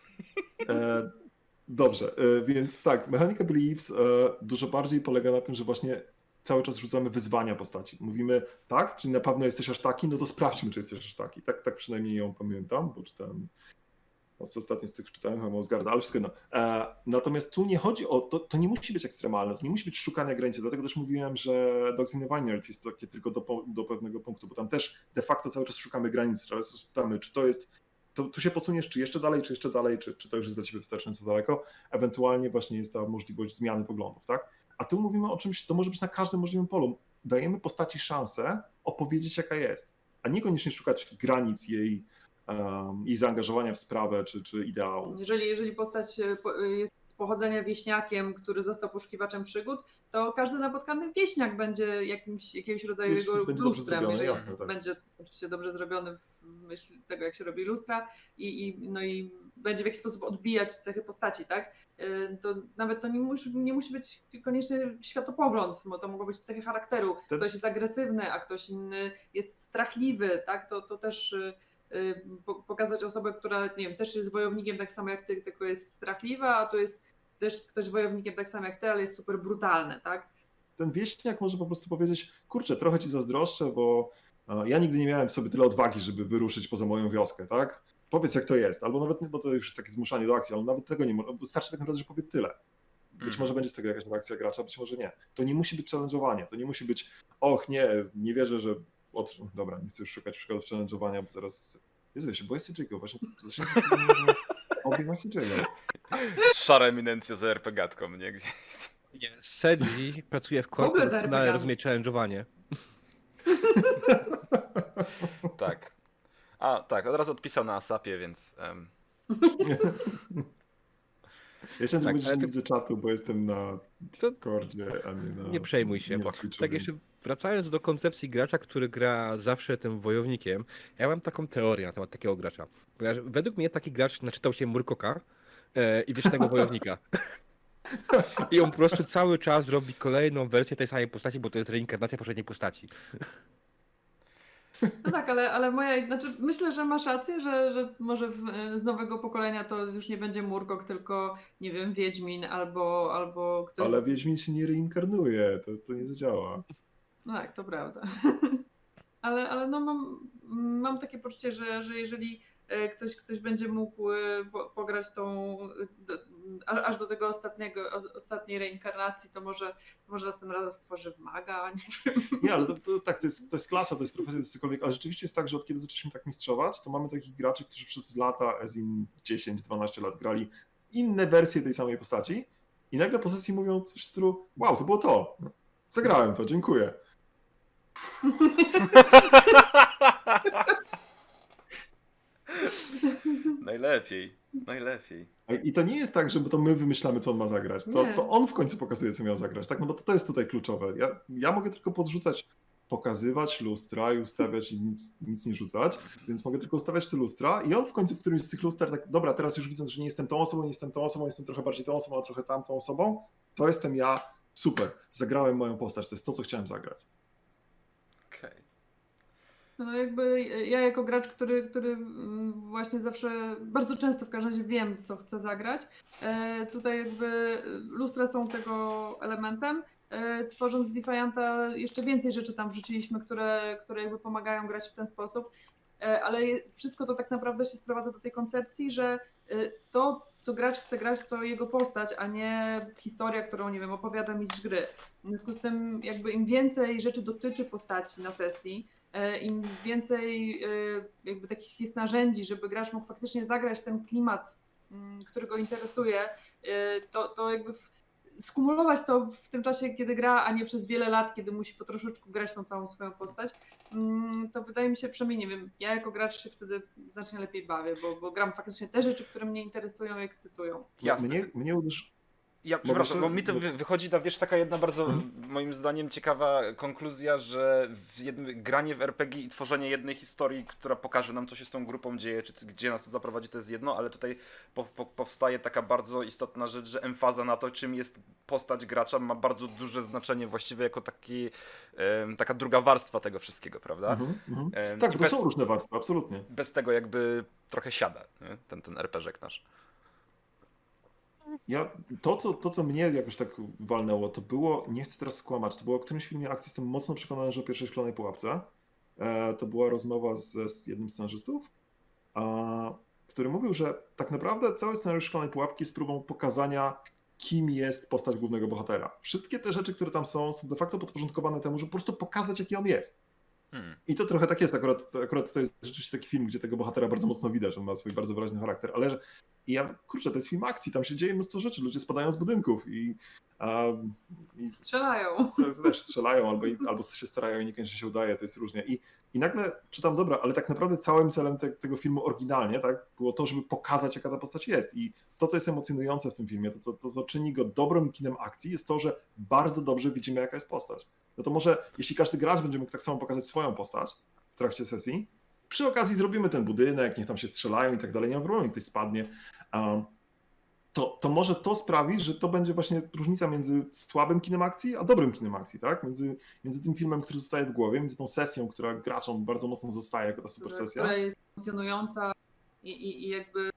S3: Dobrze, więc tak, Mechanica Beliefs dużo bardziej polega na tym, że właśnie cały czas rzucamy wyzwania postaci. Mówimy, tak, czyli na pewno jesteś aż taki, no to sprawdźmy, czy jesteś aż taki. Tak przynajmniej ją pamiętam, bo czytałem, ostatnio z tych czytałem chyba Osgarda, ale wszystko jedno. Natomiast tu nie chodzi o, to nie musi być ekstremalne, to nie musi być szukania granicy, dlatego też mówiłem, że Dogs in the Vineyards jest takie tylko do pewnego punktu, bo tam też de facto cały czas szukamy granicy, cały czas pytamy, czy to jest tu się posuniesz, czy jeszcze dalej, czy to już jest dla ciebie wystarczająco daleko. Ewentualnie właśnie jest ta możliwość zmiany poglądów, tak? A tu mówimy o czymś, to może być na każdym możliwym polu. Dajemy postaci szansę opowiedzieć, jaka jest, a niekoniecznie szukać granic jej zaangażowania w sprawę, czy ideału.
S4: Jeżeli postać jest z pochodzenia wieśniakiem, który został poszukiwaczem przygód, to każdy napotkany wieśniak będzie jakiegoś rodzaju jego
S3: Będzie dobrze
S4: lustrem,
S3: zrobiony,
S4: jeżeli
S3: jasne, tak.
S4: będzie oczywiście dobrze zrobiony w myśl tego, jak się robi lustra i będzie w jakiś sposób odbijać cechy postaci, tak? To nawet to nie musi być koniecznie światopogląd, bo to mogą być cechy charakteru. Ktoś jest agresywny, a ktoś inny jest strachliwy, tak? To też pokazać osobę, która, nie wiem, też jest wojownikiem tak samo jak ty, tylko jest strachliwa, a tu jest też ktoś wojownikiem tak samo jak ty, ale jest super brutalny, tak?
S3: Ten wieśniak może po prostu powiedzieć, kurczę, trochę ci zazdroszczę, bo ja nigdy nie miałem w sobie tyle odwagi, żeby wyruszyć poza moją wioskę, tak? Powiedz, jak to jest. Albo nawet, bo to już jest takie zmuszanie do akcji, ale nawet tego nie może. Wystarczy tak naprawdę, że powie tyle. Być może będzie z tego jakaś reakcja gracza, być może nie. To nie musi być challenge'owanie, to nie musi być, och nie wierzę, że... Dobra, nie chcę już szukać przykładów challenge'owania, bo zaraz... Jezu, ja się boję CJ'ego, właśnie to się obieg na CJ'ego.
S1: Szara eminencja za RPGatką, nie? Gdzieś.
S2: Nie, Sedzi pracuje w
S4: W ogóle
S2: korpo,
S4: za
S2: doskonale
S4: RPG.
S2: rozumie challenge'owanie.
S1: Tak. A, tak, od razu odpisał na Asapie, więc...
S3: Ja chciałem
S2: Tak,
S3: powiedzieć, że
S2: ale
S3: nie
S2: to-
S3: widzę czatu, bo jestem na
S2: To
S3: Discordzie, a nie na...
S2: nie przejmuj się.
S3: na Twitchu,
S2: Tak
S3: więc-
S2: jeszcze wracając do koncepcji gracza, który gra zawsze tym wojownikiem, ja mam taką teorię na temat takiego gracza. Ponieważ według mnie taki gracz naczytał się Murkoka i wiecznego wojownika. I on po prostu cały czas robi kolejną wersję tej samej postaci, bo to jest reinkarnacja poprzedniej postaci.
S4: No tak, ale myślę, że masz rację, że może z nowego pokolenia to już nie będzie Murkok, tylko nie wiem, Wiedźmin albo ktoś.
S3: Ale Wiedźmin się nie reinkarnuje, to nie zadziała.
S4: No tak, to prawda. Ale no mam takie poczucie, że jeżeli ktoś będzie mógł pograć aż do tego ostatniej reinkarnacji, to może następnym razem stworzy maga, nie wiem.
S3: Nie, ale tak, to jest klasa, to jest profesja, to jest cokolwiek, ale rzeczywiście jest tak, że od kiedy zaczęliśmy tak mistrzować, to mamy takich graczy, którzy przez lata, as in 10-12 lat grali inne wersje tej samej postaci i nagle po sesji mówią coś w stylu, wow, to było to, zagrałem to, dziękuję.
S1: Najlepiej.
S3: I to nie jest tak, że to my wymyślamy, co on ma zagrać.
S4: Nie.
S3: To on w końcu pokazuje, co miał zagrać. Tak? No bo to jest tutaj kluczowe. Ja mogę tylko podrzucać, pokazywać lustra i ustawiać i nic nie rzucać, więc mogę tylko ustawiać te lustra i on w końcu w którymś z tych luster tak, dobra, teraz już widząc, że nie jestem tą osobą, nie jestem tą osobą, jestem trochę bardziej tą osobą, a trochę tamtą osobą, to jestem ja, super, zagrałem moją postać, to jest to, co chciałem zagrać.
S1: Okej.
S4: No jakby ja jako gracz, który właśnie zawsze, bardzo często w każdym razie wiem, co chcę zagrać, tutaj jakby lustra są tego elementem. Tworząc Defianta jeszcze więcej rzeczy tam wrzuciliśmy, które jakby pomagają grać w ten sposób, ale wszystko to tak naprawdę się sprowadza do tej koncepcji, że to, co gracz chce grać, to jego postać, a nie historia, którą, nie wiem, opowiada mistrz gry. W związku z tym jakby im więcej rzeczy dotyczy postaci na sesji, im więcej jakby takich jest narzędzi, żeby gracz mógł faktycznie zagrać ten klimat, który go interesuje, to jakby skumulować to w tym czasie, kiedy gra, a nie przez wiele lat, kiedy musi po troszeczku grać tą całą swoją postać, to wydaje mi się, przynajmniej nie wiem, ja jako gracz się wtedy znacznie lepiej bawię, bo gram faktycznie te rzeczy, które mnie interesują i ekscytują.
S1: Jasne. Ja
S3: Mogę
S1: przepraszam,
S3: się-
S1: bo mi to wychodzi na, wiesz, taka jedna bardzo, moim zdaniem, ciekawa konkluzja, że granie w RPG i tworzenie jednej historii, która pokaże nam, co się z tą grupą dzieje, czy gdzie nas to zaprowadzi, to jest jedno, ale tutaj powstaje taka bardzo istotna rzecz, że emfaza na to, czym jest postać gracza, ma bardzo duże znaczenie właściwie jako taka druga warstwa tego wszystkiego, prawda?
S3: Tak,
S1: I
S3: to są różne warstwy, absolutnie.
S1: bez tego jakby trochę siada, nie? Ten RPG nasz.
S3: To, co mnie jakoś tak walnęło, to było, nie chcę teraz skłamać, to było o którymś filmie akcji, jestem mocno przekonany, że o pierwszej szklanej pułapce. To była rozmowa z jednym z scenarzystów, który mówił, że tak naprawdę cały scenariusz szklanej pułapki jest próbą pokazania, kim jest postać głównego bohatera. Wszystkie te rzeczy, które tam są de facto podporządkowane temu, żeby po prostu pokazać, jaki on jest. I to trochę tak jest, akurat to jest rzeczywiście taki film, gdzie tego bohatera bardzo mocno widać, on ma swój bardzo wyraźny charakter, ale kurczę, to jest film akcji, tam się dzieje mnóstwo rzeczy, ludzie spadają z budynków i
S4: Strzelają.
S3: też strzelają albo się starają i niekoniecznie się udaje, to jest różnie. I nagle czytam, dobra, ale tak naprawdę całym celem tego filmu oryginalnie tak, było to, żeby pokazać, jaka ta postać jest. I to, co jest emocjonujące w tym filmie, to co czyni go dobrym kinem akcji, jest to, że bardzo dobrze widzimy, jaka jest postać. No to może, jeśli każdy gracz będzie mógł tak samo pokazać swoją postać w trakcie sesji, przy okazji zrobimy ten budynek, niech tam się strzelają i tak dalej, nie ma problemu, ktoś spadnie. To może to sprawi, że to będzie właśnie różnica między słabym kinem akcji, a dobrym kinem akcji, tak? Między tym filmem, który zostaje w głowie, między tą sesją, która graczom bardzo mocno zostaje jako ta super sesja.
S4: Która jest emocjonująca i jakby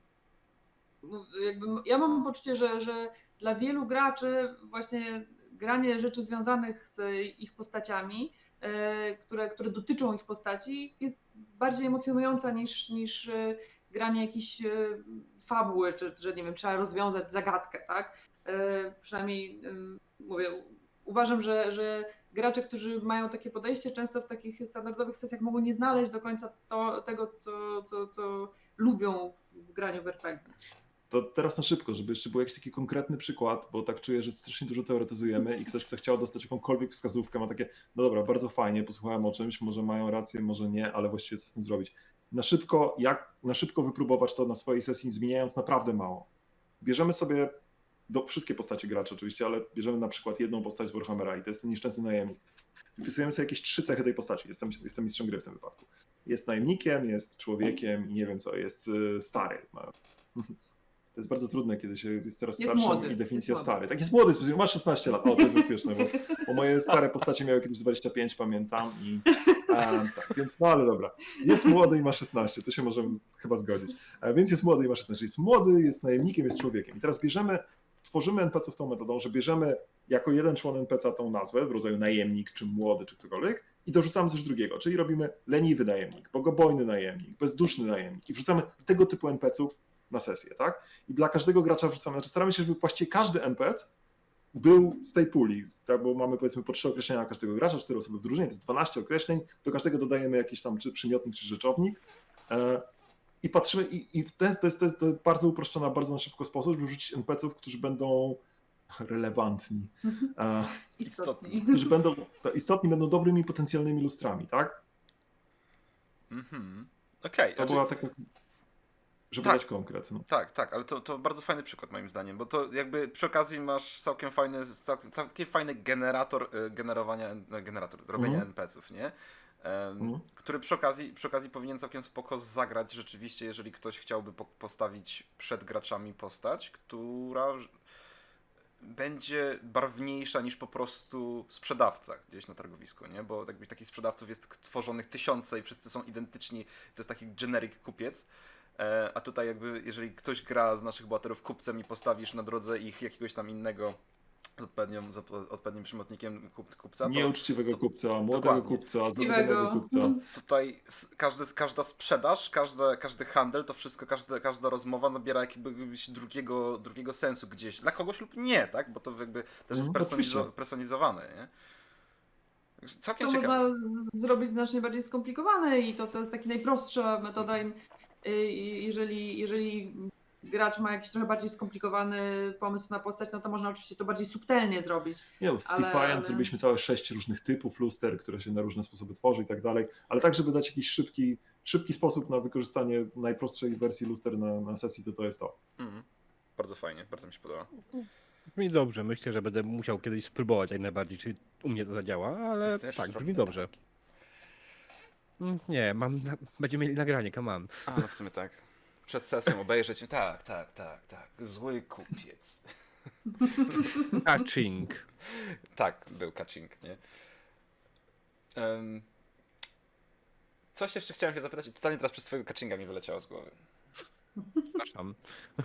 S4: ja mam poczucie, że dla wielu graczy właśnie granie rzeczy związanych z ich postaciami, które dotyczą ich postaci, jest bardziej emocjonująca niż granie jakiejś fabuły, czy że nie wiem, trzeba rozwiązać zagadkę, tak? Przynajmniej mówię, uważam, że gracze, którzy mają takie podejście, często w takich standardowych sesjach mogą nie znaleźć do końca tego, co lubią w graniu w RPG.
S3: To teraz na szybko, żeby jeszcze był jakiś taki konkretny przykład, bo tak czuję, że strasznie dużo teoretyzujemy i ktoś, kto chciał dostać jakąkolwiek wskazówkę, ma takie, no dobra, bardzo fajnie, posłuchałem o czymś, może mają rację, może nie, ale właściwie co z tym zrobić. Jak na szybko wypróbować to na swojej sesji, zmieniając naprawdę mało. Bierzemy sobie wszystkie postacie graczy oczywiście, ale bierzemy na przykład jedną postać z Warhammera i to jest ten nieszczęsny najemnik. Wypisujemy sobie jakieś 3 cechy tej postaci. Jestem mistrzem gry w tym wypadku. Jest najemnikiem, jest człowiekiem i nie wiem co, jest stary. To jest bardzo trudne, kiedy się jest coraz starszym
S4: młody,
S3: i definicja
S4: jest
S3: stary. Tak, jest młody, ma 16 lat. O, to jest bezpieczne, bo moje stare postacie miały kiedyś 25, pamiętam. Tak, więc no ale dobra. Jest młody i ma 16, to się możemy chyba zgodzić. Więc jest młody i ma 16. Jest młody, jest najemnikiem, jest człowiekiem. I teraz tworzymy NPC-ów tą metodą, że bierzemy jako jeden człon NPC tą nazwę w rodzaju najemnik, czy młody, czy ktokolwiek i dorzucamy coś drugiego, czyli robimy leniwy najemnik, bogobojny najemnik, bezduszny najemnik i wrzucamy tego typu NPC-ów na sesję, tak? I dla każdego gracza wrzucamy, znaczy staramy się, żeby właściwie każdy NPC był z tej puli, tak? Bo mamy powiedzmy po 3 określenia każdego gracza, 4 osoby w drużynie, to jest 12 określeń, do każdego dodajemy jakiś tam czy przymiotnik, czy rzeczownik i patrzymy to jest bardzo uproszczona, bardzo na szybko sposób, żeby wrzucić NPC-ów, którzy będą relevantni,
S4: Istotni.
S3: którzy będą dobrymi potencjalnymi lustrami, tak?
S1: Okej.
S3: To była taka, żeby
S1: Tak.
S3: dać konkret. No.
S1: Tak, ale to bardzo fajny przykład moim zdaniem, bo to jakby przy okazji masz całkiem fajny robienia NPC-ów, nie? Który przy okazji powinien całkiem spoko zagrać rzeczywiście, jeżeli ktoś chciałby postawić przed graczami postać, która będzie barwniejsza niż po prostu sprzedawca gdzieś na targowisku, nie? Bo jakby takich sprzedawców jest tworzonych tysiące i wszyscy są identyczni, to jest taki generic kupiec. A tutaj jakby, jeżeli ktoś gra z naszych bohaterów kupcem i postawisz na drodze ich jakiegoś tam innego z odpowiednim przymiotnikiem kupca, to
S3: Nieuczciwego kupca, młodego
S1: dokładnie.
S3: kupca, zadowolonego kupca.
S1: Tutaj każda sprzedaż, każdy handel, to wszystko, każda rozmowa nabiera jakiegoś drugiego sensu gdzieś. Dla kogoś lub nie, tak? Bo to jakby też jest personalizowane, nie? Całkiem
S4: To
S1: ciekawe.
S4: można zrobić znacznie bardziej skomplikowane i to jest taka najprostsza metoda. Jeżeli gracz ma jakiś trochę bardziej skomplikowany pomysł na postać, no to można oczywiście to bardziej subtelnie zrobić.
S3: Nie, w Defiant zrobiliśmy całe 6 różnych typów luster, które się na różne sposoby tworzy i tak dalej, ale tak, żeby dać jakiś szybki sposób na wykorzystanie najprostszej wersji luster na sesji, to jest to.
S1: Bardzo fajnie, bardzo mi się podoba.
S2: Brzmi dobrze, myślę, że będę musiał kiedyś spróbować jak najbardziej, czy u mnie to zadziała, ale
S1: Też
S2: tak, brzmi
S1: robimy
S2: dobrze.
S1: tak.
S2: Nie, będziemy mieli nagranie, come on.
S1: A, no w sumie tak. Przed sesją obejrzeć. Tak. Zły kupiec.
S2: Catching.
S1: Tak, był catching, nie? Coś jeszcze chciałem się zapytać i totalnie teraz przez twojego catchinga mi wyleciało z głowy.
S2: Przepraszam.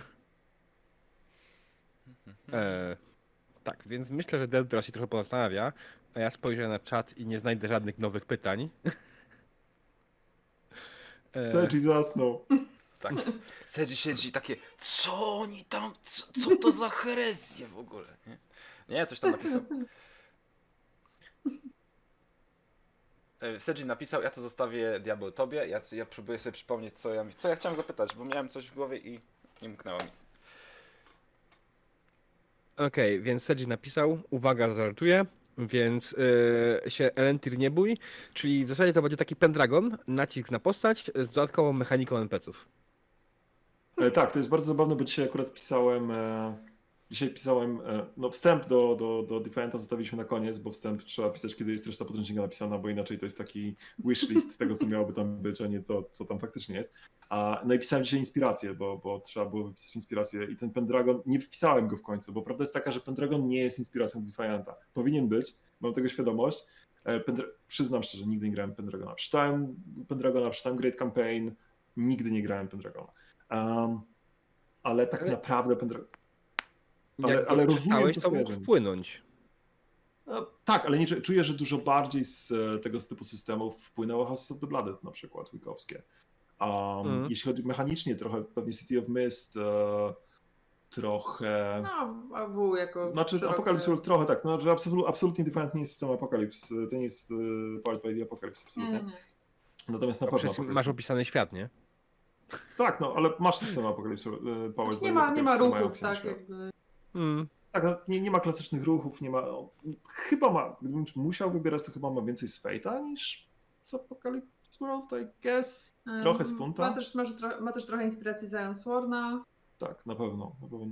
S2: Tak, więc myślę, że Del teraz się trochę pozastanawia, a ja spojrzę na czat i nie znajdę żadnych nowych pytań.
S3: Sergi zasnął.
S1: Tak. Siedzi takie, co oni tam, co to za herezje w ogóle, nie? Nie, coś tam napisał. Sedzi napisał, ja to zostawię diabeł tobie, ja próbuję sobie przypomnieć, co ja chciałem zapytać, bo miałem coś w głowie i umknęło mi.
S2: Okej, więc Sedzi napisał, uwaga, zażartuję, więc się Elentir nie bój, czyli w zasadzie to będzie taki Pendragon, nacisk na postać z dodatkową mechaniką NPC-ów.
S3: Tak, to jest bardzo zabawne, bo dzisiaj akurat pisałem, no wstęp do Defianta zostawiliśmy na koniec, bo wstęp trzeba pisać, kiedy jest reszta podręcznika napisana, bo inaczej to jest taki wishlist tego, co miałoby tam być, a nie to, co tam faktycznie jest. No i pisałem dzisiaj inspirację, bo trzeba było wypisać inspirację i ten Pendragon, nie wpisałem go w końcu, bo prawda jest taka, że Pendragon nie jest inspiracją Defianta. Powinien być, mam tego świadomość. Przyznam szczerze, nigdy nie grałem Pendragona. Przeczytałem Pendragona, przeczytałem Great Campaign, nigdy nie grałem Pendragona. Ale tak
S2: Ale-
S3: naprawdę Pendragon...
S2: Jak
S3: ale
S2: go
S3: rozumiem
S2: czytałeś,
S3: to
S2: to mógł
S3: skojarzenie.
S2: wpłynąć.
S3: No, tak, ale nie, czuję, że dużo bardziej z tego typu systemów wpłynęło House of the Blooded na przykład, Wikowskie. Jeśli chodzi mechanicznie, trochę pewnie City of Mist, trochę...
S4: No, AW jako
S3: Znaczy
S4: szerokie-
S3: Apocalypse World trochę tak, no, że absolutnie Defiant nie jest system Apocalypse, to nie jest Powered by the Apocalypse, absolutnie.
S4: Nie.
S3: Natomiast na
S2: Bo
S3: pewno
S2: przecież
S3: Apocalypse.
S2: masz opisany świat, nie?
S3: Tak, no, ale masz system Apocalypse Powered
S4: Znaczy,
S3: by
S4: nie
S3: the
S4: ma
S3: Apocalypse, które mają
S4: ruchów,
S3: opisany
S4: tak
S3: świat.
S4: jakby.
S2: Mm.
S3: Tak, no, nie ma klasycznych ruchów, nie ma. Chyba ma. Gdybym musiał wybierać, to chyba ma więcej z Fate'a niż z Apocalypse World, I guess. Trochę z Funta.
S4: Ma też trochę inspiracji z Iron Sworna.
S3: Tak, na pewno.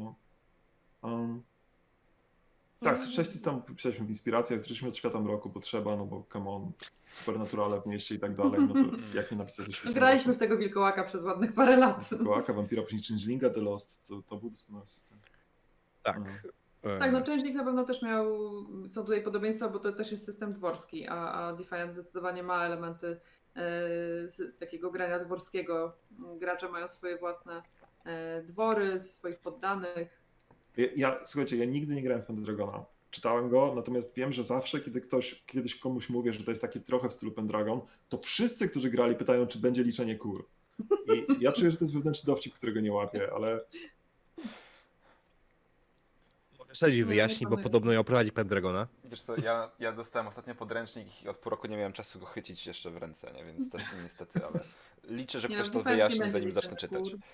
S3: Tak, 6 systemów wypisaliśmy w inspiracjach, zaczęliśmy od Świata Mroku, bo trzeba, no bo come on, supernaturale w mieście i tak dalej, no to jak nie napisać o Świecie
S4: Graliśmy w tego wilkołaka przez ładnych parę lat.
S3: Kołaka, Vampira, później Changelinga, The Lost, to był doskonały system.
S2: Tak.
S4: Tak, no Changeling na pewno też są tutaj podobieństwa, bo to też jest system dworski, a Defiant zdecydowanie ma elementy takiego grania dworskiego. Gracze mają swoje własne dwory ze swoich poddanych.
S3: Słuchajcie, ja nigdy nie grałem w Pendragona. Czytałem go, natomiast wiem, że zawsze, kiedy kiedyś komuś mówię, że to jest takie trochę w stylu Pendragon, to wszyscy, którzy grali, pytają, czy będzie liczenie kur. I ja czuję, że to jest wewnętrzny dowcip, którego nie łapię, ale
S2: Sedzi
S4: Nie,
S2: wyjaśni,
S4: nie
S2: bo
S4: planuję.
S2: podobno miał prowadzić Pendragona.
S1: Wiesz co, ja dostałem ostatnio podręcznik i od pół roku nie miałem czasu go chycić jeszcze w ręce, nie? Więc też niestety, ale liczę, że
S4: Nie,
S1: ktoś
S4: no,
S1: to
S4: Defiant nie
S1: wyjaśni,
S4: będzie
S1: zanim
S4: liczenia
S1: zacznę czytać.
S4: kur.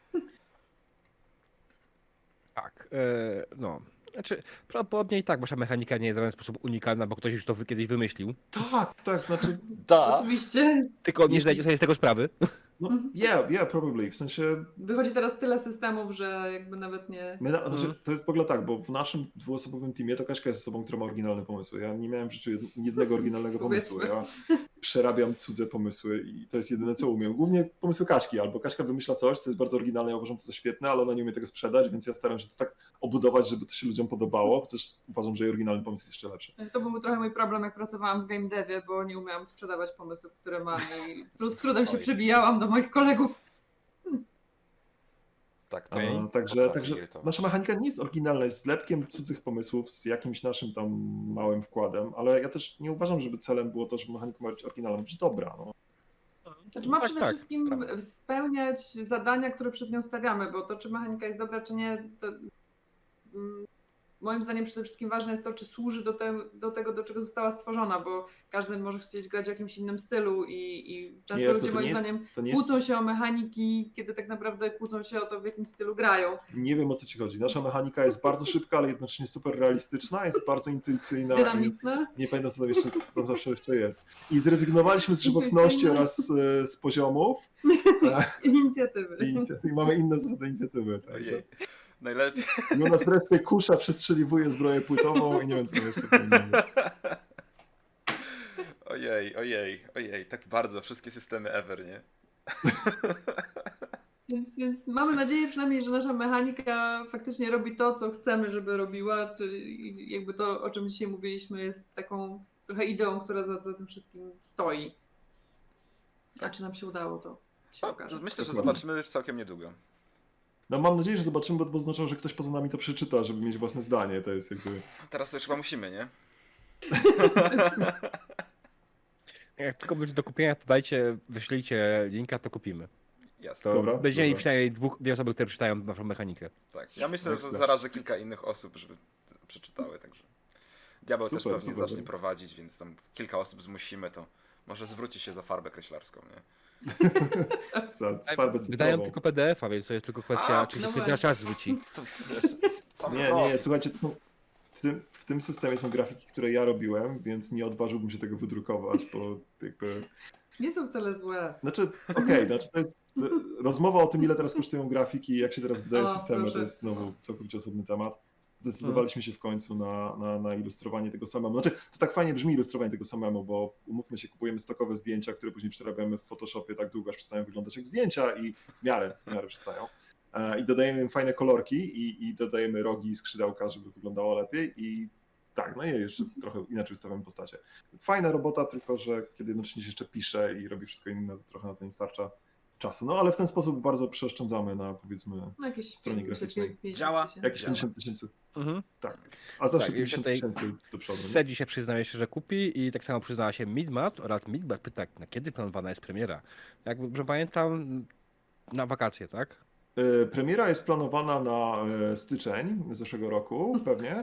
S2: Tak, no. Znaczy, prawdopodobnie i tak wasza mechanika nie jest w żaden sposób unikalna, bo ktoś już to kiedyś wymyślił.
S3: tak, znaczy,
S1: Da!
S4: Oczywiście
S2: Tylko nie
S3: Jeśli-
S2: zdajecie sobie z tego sprawy.
S3: no yeah, probably, w sensie,
S4: wychodzi teraz tyle systemów, że jakby nawet nie...
S3: znaczy, to jest w ogóle tak, bo w naszym dwuosobowym teamie to Kaśka jest osobą, która ma oryginalne pomysły. Ja nie miałem w życiu jednego oryginalnego pomysłu. Ja przerabiam cudze pomysły i to jest jedyne, co umiem. Głównie pomysły Kaśki, albo Kaśka wymyśla coś, co jest bardzo oryginalne, ja uważam to za świetne, ale ona nie umie tego sprzedać, więc ja staram się to tak obudować, żeby to się ludziom podobało, chociaż uważam, że jej oryginalny pomysł jest jeszcze lepszy.
S4: To był trochę mój problem, jak pracowałam w game devie, bo nie umiałam sprzedawać pomysłów, które mam i z trudem się
S1: Oj.
S4: przebijałam do moich kolegów.
S1: Tak, to
S2: Okej.
S3: Także
S1: potrafi irytować.
S3: nasza mechanika nie jest oryginalna, jest zlepkiem cudzych pomysłów z jakimś naszym tam małym wkładem, ale ja też nie uważam, żeby celem było to, żeby mechanika ma być oryginalna, ma być dobra. No.
S4: Znaczy ma
S2: Tak,
S4: przede
S2: tak,
S4: wszystkim
S1: prawda.
S4: spełniać zadania, które przed nią stawiamy, bo to, czy mechanika jest dobra, czy nie, to moim zdaniem przede wszystkim ważne jest to, czy służy do tego, do czego została stworzona, bo każdy może chcieć grać w jakimś innym stylu i często
S3: Nie,
S4: ludzie
S3: to
S4: moim
S3: nie jest-
S4: zdaniem
S3: to nie jest-
S4: kłócą się o mechaniki, kiedy tak naprawdę kłócą się o to, w jakim stylu grają.
S3: Nie wiem, o co ci chodzi. Nasza mechanika jest bardzo szybka, ale jednocześnie super realistyczna, jest bardzo intuicyjna.
S4: Dynamiczne.
S3: Nie pamiętam, co tam zawsze jeszcze jest. I zrezygnowaliśmy z żywotności
S4: Intuicyjne.
S3: oraz z poziomów.
S4: Inicjatywy.
S3: I mamy inne zasady inicjatywy. Także.
S1: Ojej. Najlepiej.
S3: I u nas wreszcie kusza przestrzeliwuje zbroję płytową i nie wiem, co tam jeszcze powinien być.
S1: Ojej, tak bardzo, wszystkie systemy ever, nie?
S4: Więc mamy nadzieję przynajmniej, że nasza mechanika faktycznie robi to, co chcemy, żeby robiła, czyli jakby to, o czym dzisiaj mówiliśmy, jest taką trochę ideą, która za tym wszystkim stoi. A czy nam się udało, to się okaże.
S1: Myślę, że
S3: Dokładnie.
S1: zobaczymy już całkiem niedługo.
S3: No mam nadzieję, że zobaczymy, bo oznacza, że ktoś poza nami to przeczyta, żeby mieć własne zdanie. To jest jakby...
S1: Teraz to już chyba musimy, nie?
S2: Jak tylko będzie do kupienia, to wyślijcie linka, to kupimy.
S1: Jasne.
S2: To
S3: Dobra,
S2: będziemy mieli
S3: dobra.
S2: przynajmniej dwie osoby, które czytają naszą mechanikę.
S1: Tak. Ja myślę, że
S3: Excellent.
S1: zarażę kilka innych osób, żeby przeczytały, także. Diabeł też
S3: Super,
S1: pewnie
S3: super.
S1: zacznie prowadzić, więc tam kilka osób zmusimy, to może zwróci się za farbę kreślarską, nie?
S3: Za farbę
S2: Wydają
S3: cyfrową.
S2: tylko PDF-a, więc to jest tylko kwestia,
S1: A,
S2: czy
S4: no
S2: się
S4: właśnie.
S2: na czas zwróci.
S1: To wiesz, cały
S3: Nie,
S1: rok.
S3: nie, słuchajcie, to są, w tym systemie są grafiki, które ja robiłem, więc nie odważyłbym się tego wydrukować, bo jakby...
S4: Nie są wcale złe.
S3: Znaczy, okej, znaczy to jest rozmowa o tym, ile teraz kosztują grafiki i jak się teraz wydaje
S4: O,
S3: systemy,
S4: proszę.
S3: to jest znowu całkowicie osobny temat. Zdecydowaliśmy się w końcu na ilustrowanie tego samemu. Znaczy, to tak fajnie brzmi ilustrowanie tego samemu, bo umówmy się, kupujemy stokowe zdjęcia, które później przerabiamy w Photoshopie tak długo, aż przestają wyglądać jak zdjęcia i w miarę przestają. I dodajemy im fajne kolorki i dodajemy rogi i skrzydełka, żeby wyglądało lepiej i tak, no i jeszcze trochę inaczej ustawiamy postacie. Fajna robota, tylko że kiedy jednocześnie się jeszcze pisze i robi wszystko inne, to trochę na to nie starcza czasu. No ale w ten sposób bardzo przeoszczędzamy na, powiedzmy,
S4: No jakieś
S3: Stronie graficznej.
S4: 50
S1: Działa.
S4: tysięcy.
S3: jakieś 50 tysięcy.
S2: Mhm.
S3: Tak. A zawsze
S2: Tak, i
S3: 50
S2: tutaj
S3: tysięcy do przodu. nie?
S2: Sedzi się przyznaje się, że kupi i tak samo przyznała się Midmat oraz Midmat pyta, na kiedy planowana jest premiera. Jak dobrze pamiętam, na wakacje, tak?
S3: Premiera jest planowana na styczeń zeszłego roku, pewnie.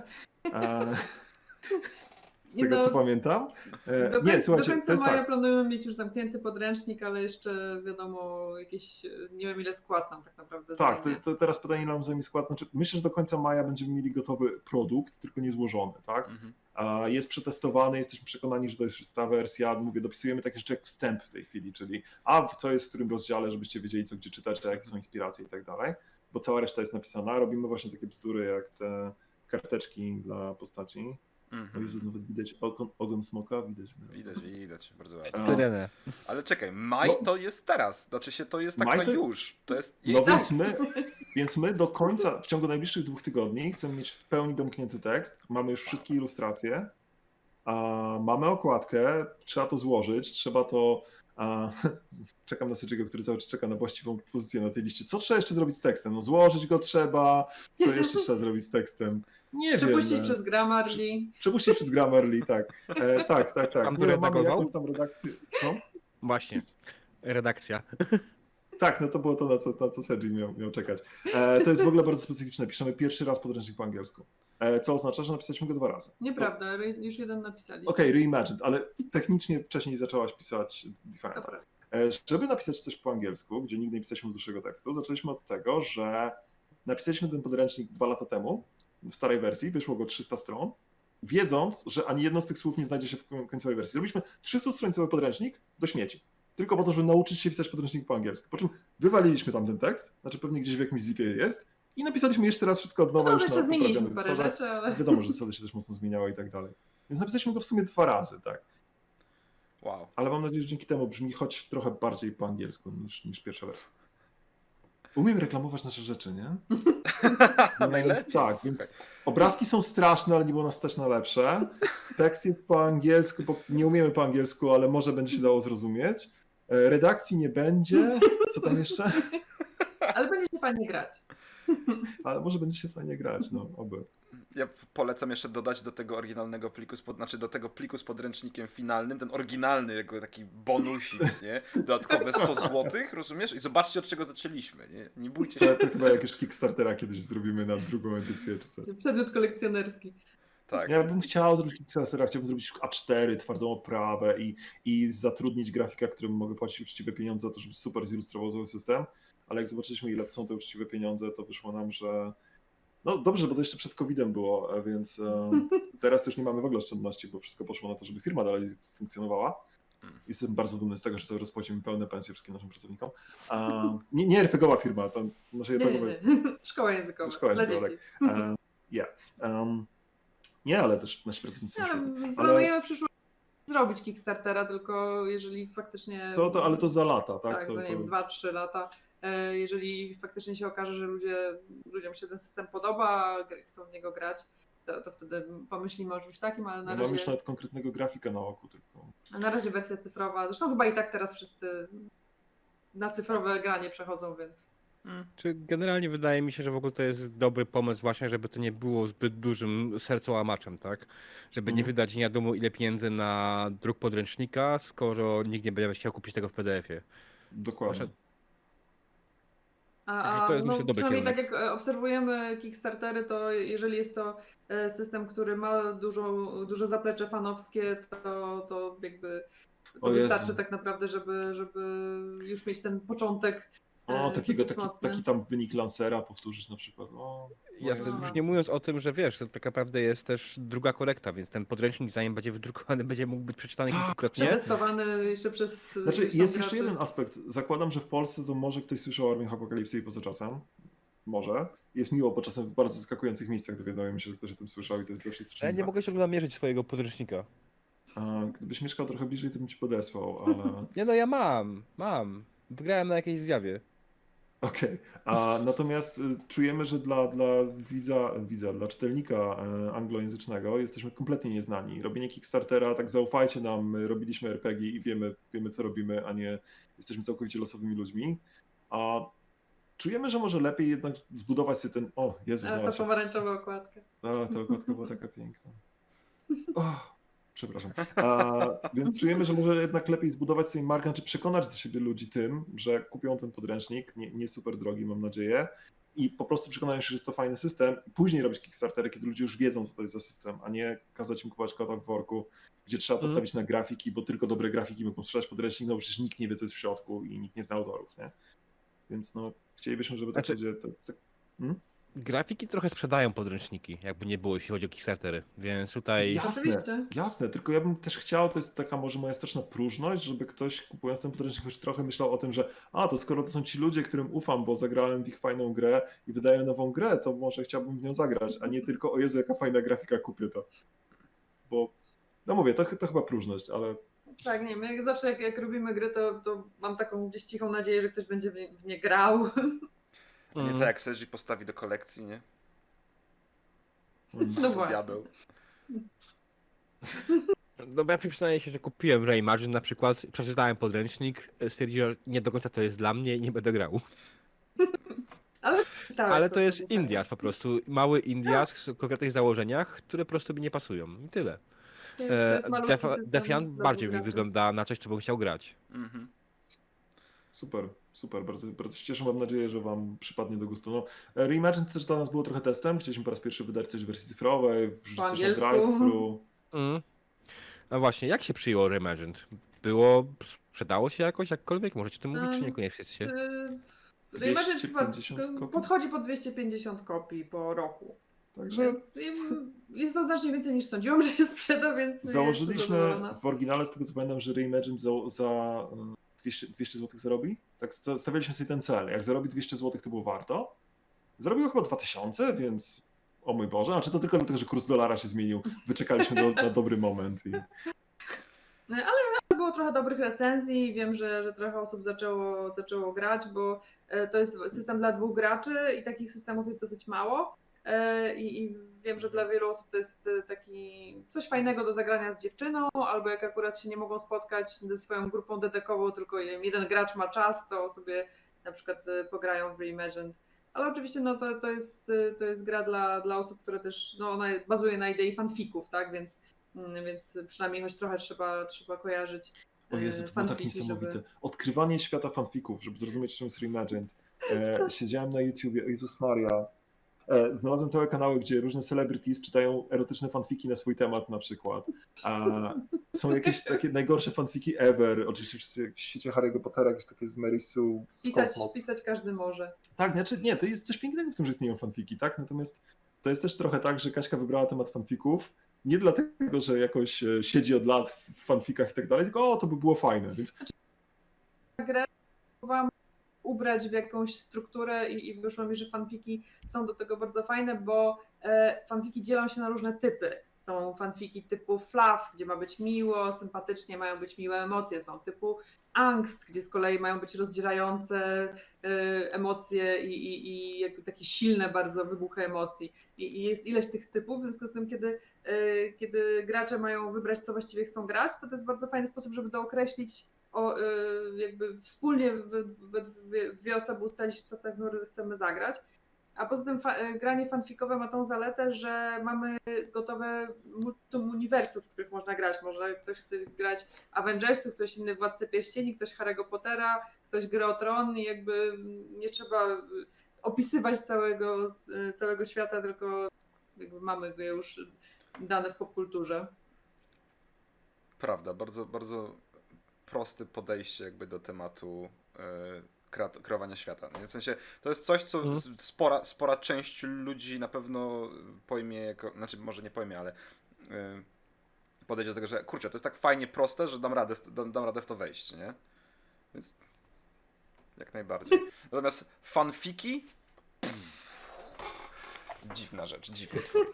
S3: Z
S4: Nie
S3: tego
S4: no,
S3: co pamiętam. Nie,
S4: Do
S3: słuchajcie,
S4: końca
S3: to jest
S4: maja
S3: tak.
S4: planujemy mieć już zamknięty podręcznik, ale jeszcze wiadomo, jakieś, nie wiem ile skład nam tak naprawdę
S3: Tak,
S4: zajmie.
S3: to teraz pytanie, ile nam zajmie skład. Znaczy, myślę, że do końca maja będziemy mieli gotowy produkt, tylko niezłożony, tak?
S1: Mhm.
S3: A jest przetestowany, jesteśmy przekonani, że to jest już ta wersja. Mówię, dopisujemy takie rzeczy jak wstęp w tej chwili, czyli co jest w którym rozdziale, żebyście wiedzieli, co gdzie czytać, a jakie są inspiracje i tak dalej, bo cała reszta jest napisana. Robimy właśnie takie bzdury, jak te karteczki dla postaci. O
S1: Mhm.
S3: Jezu, nawet widać ogon smoka, widać.
S1: Widać, bardzo ładnie.
S3: A.
S2: Syrenę.
S1: Ale czekaj, maj
S3: No.
S1: to jest teraz, znaczy się to jest tak
S3: Maj
S1: na
S3: to-
S1: już. To jest
S3: No
S4: Tak.
S3: więc my do końca, w ciągu najbliższych 2 tygodni chcemy mieć w pełni domknięty tekst. Mamy już wszystkie ilustracje, mamy okładkę, trzeba to złożyć, trzeba to... Czekam na Sejiego, który cały czas czeka na właściwą pozycję na tej liście. Co trzeba jeszcze zrobić z tekstem? No złożyć go trzeba, co jeszcze trzeba zrobić z tekstem? Nie wiem.
S4: Przepuścić przez Grammarly.
S3: Przepuścić przez Grammarly, tak. Tak.
S2: Pan to
S3: Nie, mamy
S2: redagował?
S3: jakąś tam redakcję. Co?
S2: Właśnie. Redakcja.
S3: Tak, no to było to, na co Seji miał czekać. To jest w ogóle bardzo specyficzne. Piszemy pierwszy raz podręcznik po angielsku. Co oznacza, że napisaliśmy go 2 razy.
S4: Nieprawda, już jeden napisaliśmy.
S3: Okej, reimagined, ale technicznie wcześniej zaczęłaś pisać Defiant.
S4: Dobra.
S3: Żeby napisać coś po angielsku, gdzie nigdy nie pisaliśmy dłuższego tekstu, zaczęliśmy od tego, że napisaliśmy ten podręcznik 2 lata temu, w starej wersji, wyszło go 300 stron, wiedząc, że ani jedno z tych słów nie znajdzie się w końcowej wersji. Zrobiliśmy 300-stronicowy podręcznik do śmieci. Tylko po to, żeby nauczyć się pisać podręcznik po angielsku. Po czym wywaliliśmy tam ten tekst, znaczy pewnie gdzieś w jakimś zipie jest, i napisaliśmy jeszcze raz wszystko od nowa,
S4: No
S3: już
S4: jeszcze
S3: na
S4: zmieniliśmy
S3: poprawionych
S4: parę
S3: zasadach.
S4: rzeczy, ale
S3: Wiadomo, że zasady się też mocno zmieniały i tak dalej. Więc napisaliśmy go w sumie 2 razy, tak.
S1: wow.
S3: Ale mam nadzieję, że dzięki temu brzmi choć trochę bardziej po angielsku niż pierwsza wersja. Umiem reklamować nasze rzeczy, nie?
S1: Najlepiej.
S3: Tak,
S1: słuchaj.
S3: więc obrazki są straszne, ale nie było nas stać na lepsze. Tekst jest po angielsku, bo nie umiemy po angielsku, ale może będzie się dało zrozumieć. Redakcji nie będzie. Co tam jeszcze?
S4: ale będzie się fajnie grać.
S3: Ale może będzie się fajnie grać, no oby.
S1: Ja polecam jeszcze dodać do tego oryginalnego pliku, znaczy do tego pliku z podręcznikiem finalnym, ten oryginalny, jako taki bonusik, nie? Dodatkowe 100 zł, rozumiesz? I zobaczcie, od czego zaczęliśmy, nie? Nie bójcie się.
S3: To chyba jakiegoś Kickstartera kiedyś zrobimy na drugą edycję czy coś.
S4: Przedmiot kolekcjonerski.
S1: Tak.
S3: Ja bym chciał zrobić Kickstartera, chciałbym zrobić A4, twardą oprawę i zatrudnić grafika, którym mogę płacić uczciwe pieniądze za to, żeby super zilustrował cały system, ale jak zobaczyliśmy, ile to są te uczciwe pieniądze, to wyszło nam, że no dobrze, bo to jeszcze przed COVID-em było, więc teraz to już nie mamy w ogóle oszczędności, bo wszystko poszło na to, żeby firma dalej funkcjonowała, Jestem bardzo dumny z tego, że sobie rozpłacimy pełne pensje wszystkim naszym pracownikom. Nie RPGowa firma, to nasze RPGowe...
S4: Nie. Szkoła językowa.
S3: Szkoła
S4: Dla
S3: językowa,
S4: dzieci.
S3: Nie, ale też nasi pracownicy są
S4: Ale
S3: świetni.
S4: planujemy przyszłość zrobić Kickstartera, tylko jeżeli faktycznie...
S3: Ale to za lata, tak?
S4: Tak, za nie wiem, 2-3 lata. Jeżeli faktycznie się okaże, że ludziom się ten system podoba, chcą w niego grać, to wtedy pomyślimy o czymś takim, ale
S3: Nie mam już nawet konkretnego grafika na oku, tylko...
S4: na razie wersja cyfrowa. Zresztą chyba i tak teraz wszyscy na cyfrowe granie przechodzą, więc...
S2: Czy generalnie wydaje mi się, że w ogóle to jest dobry pomysł właśnie, żeby to nie było zbyt dużym sercołamaczem, tak? Żeby nie wydać nie wiadomo ile pieniędzy na druk podręcznika, skoro nikt nie będzie chciał kupić tego w PDF-ie.
S3: Dokładnie.
S2: Także to jest, myślę, dobry
S4: przynajmniej
S2: kierunek.
S4: tak jak obserwujemy Kickstartery, to jeżeli jest to system, który ma duże zaplecze fanowskie, to jakby to wystarczy tak naprawdę, żeby już mieć ten początek.
S3: Taki tam wynik lancera powtórzyć na przykład.
S2: Jasne, już nie mówiąc o tym, że wiesz, to tak naprawdę jest też druga korekta, więc ten podręcznik zanim będzie wydrukowany, będzie mógł być przeczytany kilkukrotnie.
S4: Przetestowany jeszcze przez...
S3: Znaczy, jest jeszcze jeden aspekt. Zakładam, że w Polsce to może ktoś słyszał o Armiach Apokalipsy i poza czasem. Może. Jest miło, bo czasem w bardzo zaskakujących miejscach dowiaduje mi się, że ktoś o tym słyszał i to jest zawsze strasznie
S2: Ja nie
S3: miłe.
S2: mogę się namierzyć swojego podręcznika.
S3: Gdybyś mieszkał trochę bliżej, to bym ci podesłał, ale...
S2: Nie no, ja mam. Wygrałem na jakiejś zjawie.
S3: Okej. Natomiast czujemy, że dla dla czytelnika anglojęzycznego jesteśmy kompletnie nieznani. Robienie Kickstartera, tak zaufajcie nam, my robiliśmy RPG i wiemy co robimy, a nie jesteśmy całkowicie losowymi ludźmi. A czujemy, że może lepiej jednak zbudować sobie ten... O, Jezu,
S4: Ta
S3: znalazł się.
S4: pomarańczowa okładka.
S3: Ta okładka była taka piękna. Przepraszam. Więc czujemy, że może jednak lepiej zbudować sobie markę, znaczy przekonać do siebie ludzi tym, że kupią ten podręcznik, nie super drogi, mam nadzieję, i po prostu przekonają się, że jest to fajny system, i później robić Kickstartery, kiedy ludzie już wiedzą, co to jest za system, a nie kazać im kupować kota w worku, gdzie trzeba postawić na grafiki, bo tylko dobre grafiki mogą sprzedać podręcznik, no bo przecież nikt nie wie, co jest w środku i nikt nie zna autorów, nie? Więc no, chcielibyśmy, żeby tak ludzie...
S2: Grafiki trochę sprzedają podręczniki, jakby nie było, jeśli chodzi o Kickstartery, więc tutaj...
S3: Jasne, tylko ja bym też chciał, to jest taka może moja straszna próżność, żeby ktoś kupując ten podręcznik choć trochę myślał o tym, że to skoro to są ci ludzie, którym ufam, bo zagrałem w ich fajną grę i wydają nową grę, to może chciałbym w nią zagrać, a nie tylko o Jezu, jaka fajna grafika, kupię to. Bo, no mówię, to chyba próżność, ale...
S4: Tak, nie wiem, zawsze jak robimy gry, to mam taką gdzieś cichą nadzieję, że ktoś będzie w nie grał.
S1: A nie tak jak Sergi postawi do kolekcji, nie?
S4: No właśnie.
S1: Diabeł.
S2: No bo ja przyznaję się, że kupiłem Reimagine na przykład, przeczytałem podręcznik, stwierdziłem, że nie do końca to jest dla mnie i nie będę grał. Ale to jest Indiasz po prostu, mały Indiasz w konkretnych założeniach, które po prostu mi nie pasują i tyle. Defiant bardziej mi wygląda na coś, co bym chciał grać.
S3: Super, bardzo, bardzo się cieszę, mam nadzieję, że wam przypadnie do gustu. No, Reimagine też dla nas było trochę testem, chcieliśmy po raz pierwszy wydać coś w wersji cyfrowej, wrzucić coś na drive-thru.
S2: No właśnie, jak się przyjęło Reimagine? Sprzedało się jakoś, jakkolwiek? Możecie o tym mówić, czy niekoniecznie się?
S4: Reimagine chyba
S3: 250 kopii?
S4: podchodzi po 250 kopii po roku.
S3: Także
S4: więc jest to znacznie więcej niż sądziłam, że się sprzeda, więc
S3: założyliśmy w oryginale, z tego co pamiętam, że Reimagine za 200 zł zarobi. Tak stawialiśmy sobie ten cel. Jak zarobi 200 zł, to było warto. Zarobiło chyba 2000, więc o mój Boże. Znaczy to tylko dlatego, że kurs dolara się zmienił. Wyczekaliśmy na dobry moment.
S4: Ale było trochę dobrych recenzji. Wiem, że trochę osób zaczęło grać, bo to jest system dla 2 graczy i takich systemów jest dosyć mało. I wiem, że dla wielu osób to jest taki coś fajnego do zagrania z dziewczyną, albo jak akurat się nie mogą spotkać ze swoją grupą dedekową, tylko jeden gracz ma czas, to sobie na przykład pograją w Reimagine. Ale oczywiście no, to jest gra dla osób, które też, no ona bazuje na idei fanfików, tak, więc przynajmniej choć trochę trzeba kojarzyć.
S3: O Jezu, to było tak niesamowite. Odkrywanie świata fanfików, żeby zrozumieć, czym jest Reimagine. Siedziałem na YouTubie, o Jezus Maria. Znalazłem całe kanały, gdzie różne celebrities czytają erotyczne fanfiki na swój temat na przykład. Są jakieś takie najgorsze fanfiki ever. Oczywiście w świecie Harry'ego Pottera, jakieś takie z Mary Sue.
S4: Pisać każdy może.
S3: Tak, znaczy nie, to jest coś pięknego w tym, że istnieją fanfiki, tak? Natomiast to jest też trochę tak, że Kaśka wybrała temat fanfików nie dlatego, że jakoś siedzi od lat w fanfikach i tak dalej, tylko to by było fajne, więc
S4: grę próbowałam ubrać w jakąś strukturę i wyszło mi, że fanfiki są do tego bardzo fajne, bo fanfiki dzielą się na różne typy. Są fanfiki typu fluff, gdzie ma być miło, sympatycznie, mają być miłe emocje. Są typu angst, gdzie z kolei mają być rozdzierające emocje i jakby takie silne bardzo wybuchy emocji. I jest ileś tych typów, w związku z tym, kiedy gracze mają wybrać, co właściwie chcą grać, to jest bardzo fajny sposób, żeby dookreślić jakby wspólnie w dwie osoby ustalić, co tak naprawdę chcemy zagrać. A poza tym granie fanfikowe ma tą zaletę, że mamy gotowe multum uniwersów, w których można grać. Może ktoś chce grać Avengersów, ktoś inny Władcę Pierścieni, ktoś Harry'ego Pottera, ktoś Gry o Tron i jakby nie trzeba opisywać całego świata, tylko jakby mamy go już dane w popkulturze.
S1: Prawda, bardzo, bardzo proste podejście jakby do tematu kreowania świata. Nie? W sensie to jest coś, co spora część ludzi na pewno pojmie jako, znaczy może nie pojmie, ale podejdzie do tego, że kurczę, to jest tak fajnie proste, że dam radę w to wejść, nie? Więc jak najbardziej. Natomiast fanfiki? Dziwna rzecz, dziwny twór.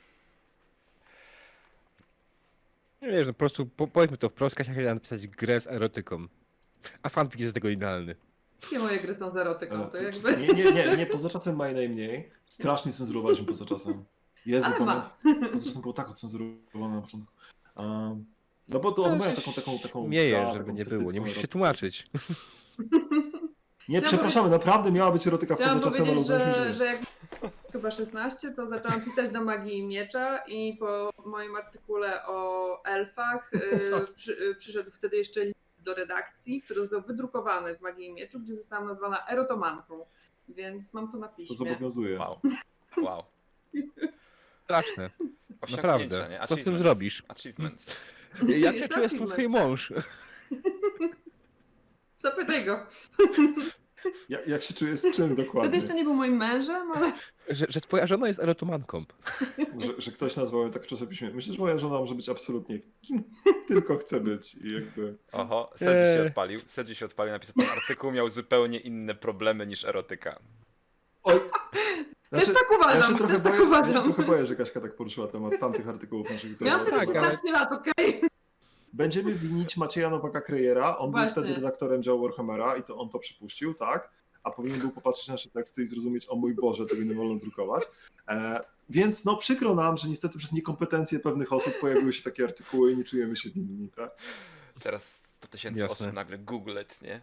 S2: Nie wiesz, no po prostu powiedzmy to wprost, Kasia chciała napisać grę z erotyką. A fanfic jest do tego idealny.
S4: Wszystkie moje gry są z erotyką, to jakby...
S3: Nie, poza czasem ma najmniej. Strasznie cenzurowaliśmy poza czasem. Jezu,
S4: Ale ma.
S3: poza czasem było tak ocenzurowane na początku. No bo to one mają taką
S2: Mieje, żeby nie było, nie musisz się tłumaczyć.
S3: Nie,
S4: Chciałam
S3: przepraszamy, naprawdę miała być erotyka
S4: Chciałam
S3: poza czasem, ale
S4: powiedzieć,
S3: uznaliśmy,
S4: że jak chyba 16, to zaczęłam pisać do Magii i Miecza i po moim artykule o elfach przyszedł wtedy jeszcze list do redakcji, który został wydrukowany w Magii i Mieczu, gdzie zostałam nazwana erotomanką, więc mam to na
S3: to
S4: piśmie.
S3: zobowiązuje.
S1: Wow.
S2: Straszne.
S1: Osiągnięcia,
S2: Naprawdę.
S1: nie?
S2: Co z tym
S1: Achievements.
S2: zrobisz?
S1: Achievements.
S2: Jak się
S4: Jest
S2: czuje
S4: achievement,
S2: twój mąż?
S4: Zapytaj go.
S3: Jak się czuje z czym dokładnie?
S4: Wtedy jeszcze nie był moim mężem, ale
S2: Że twoja żona jest erotomanką.
S3: Że ktoś nazwał ją tak w czasopiśmie. Myślę, że moja żona może być absolutnie kim tylko chce być i jakby...
S1: Oho, Sedzi się odpalił. Sedzi się odpalił, napisał, ten artykuł miał zupełnie inne problemy niż erotyka.
S3: Oj!
S4: też tak uważam,
S3: ja się trochę
S4: uważam.
S3: boję, że Kaśka tak poruszyła temat tamtych artykułów naszych.
S4: Miałam wtedy
S2: Tak,
S4: 16 lat, okej?
S3: Będziemy winić Macieja Nowaka-Krejera. On był
S4: Właśnie.
S3: wtedy redaktorem działu Warhammera i to on to przypuścił, tak? A powinien był popatrzeć na nasze teksty i zrozumieć, o mój Boże, tego nie wolno drukować. Więc no przykro nam, że niestety przez niekompetencje pewnych osób pojawiły się takie artykuły i nie czujemy się winni, tak?
S1: Teraz 100 000
S2: Jasne.
S1: osób nagle Google it, nie?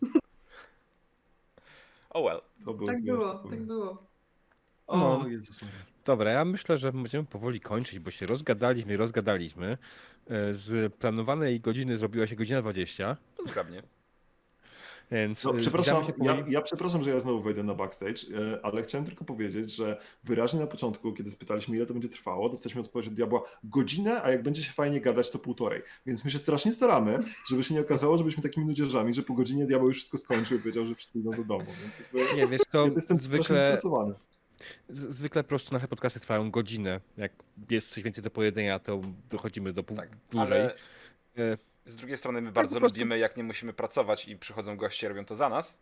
S1: Oh well.
S3: To był
S4: Tak
S3: zły
S4: było,
S3: artykuł.
S4: tak było.
S3: O,
S2: No.
S3: Jezus Maria.
S2: Dobra, ja myślę, że będziemy powoli kończyć, bo się rozgadaliśmy. Z planowanej godziny zrobiła się godzina 20,
S1: To zgrabnie.
S2: więc
S3: No, przepraszam,
S2: zbliżamy się powoli.
S3: ja przepraszam, że ja znowu wejdę na backstage, ale chciałem tylko powiedzieć, że wyraźnie na początku, kiedy spytaliśmy, ile to będzie trwało, dostaliśmy odpowiedź od diabła godzinę, a jak będzie się fajnie gadać, to 1,5. Więc my się strasznie staramy, żeby się nie okazało, żebyśmy takimi nudziarzami, że po godzinie diabeł już wszystko skończył i powiedział, że wszyscy idą do domu. Więc jakby
S2: Nie, wiesz to
S3: ja jestem strasznie zestresowany.
S2: zwykle po prostu nasze podcasty trwają godzinę. Jak jest coś więcej do powiedzenia, to dochodzimy do
S1: Tak,
S2: dłużej.
S1: ale
S2: E,
S1: z drugiej strony my bardzo
S2: po prostu-
S1: lubimy, jak nie musimy pracować i przychodzą goście, robią to za nas.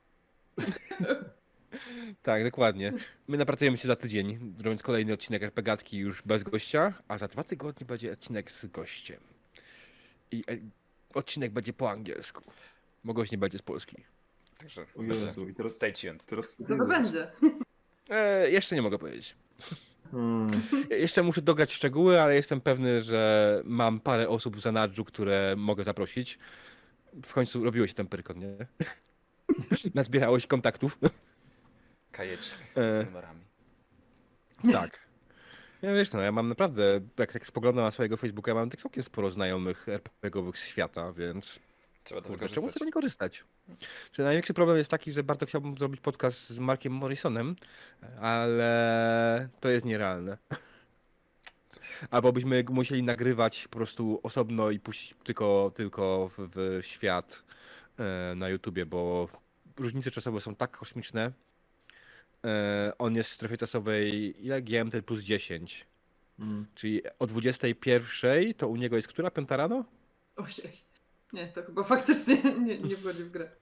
S2: Tak, dokładnie. My napracujemy się za tydzień, robiąc kolejny odcinek RPGatki już bez gościa, a za 2 tygodnie będzie odcinek z gościem. I odcinek będzie po angielsku, bo gość nie będzie z Polski.
S1: Także
S3: O Jezu, i teraz...
S1: stay tuned.
S3: teraz
S4: Co to będzie?
S2: Jeszcze nie mogę powiedzieć.
S3: Hmm.
S2: Jeszcze muszę dograć szczegóły, ale jestem pewny, że mam parę osób w zanadrzu, które mogę zaprosić. W końcu robiło się ten pyrkon, nie? Nazbierałeś kontaktów.
S1: Kajecik
S2: E.
S1: z numerami.
S2: Tak. Ja wiesz, no ja mam naprawdę, jak tak spoglądam na swojego Facebooka, ja mam tak całkiem sporo znajomych RPG-owych z świata, więc
S1: Trzeba to
S2: kurde, czemu z
S1: wykorzystać.
S2: tego nie korzystać? Że największy problem jest taki, że bardzo chciałbym zrobić podcast z Markiem Morrisonem, ale to jest nierealne. Albo byśmy musieli nagrywać po prostu osobno i puścić tylko w świat na YouTubie, bo różnice czasowe są tak kosmiczne. On jest w strefie czasowej, ile GMT plus 10. Czyli o 21 to u niego jest która? 5 rano?
S4: Ojej. Nie, to chyba faktycznie nie wchodzi w grę.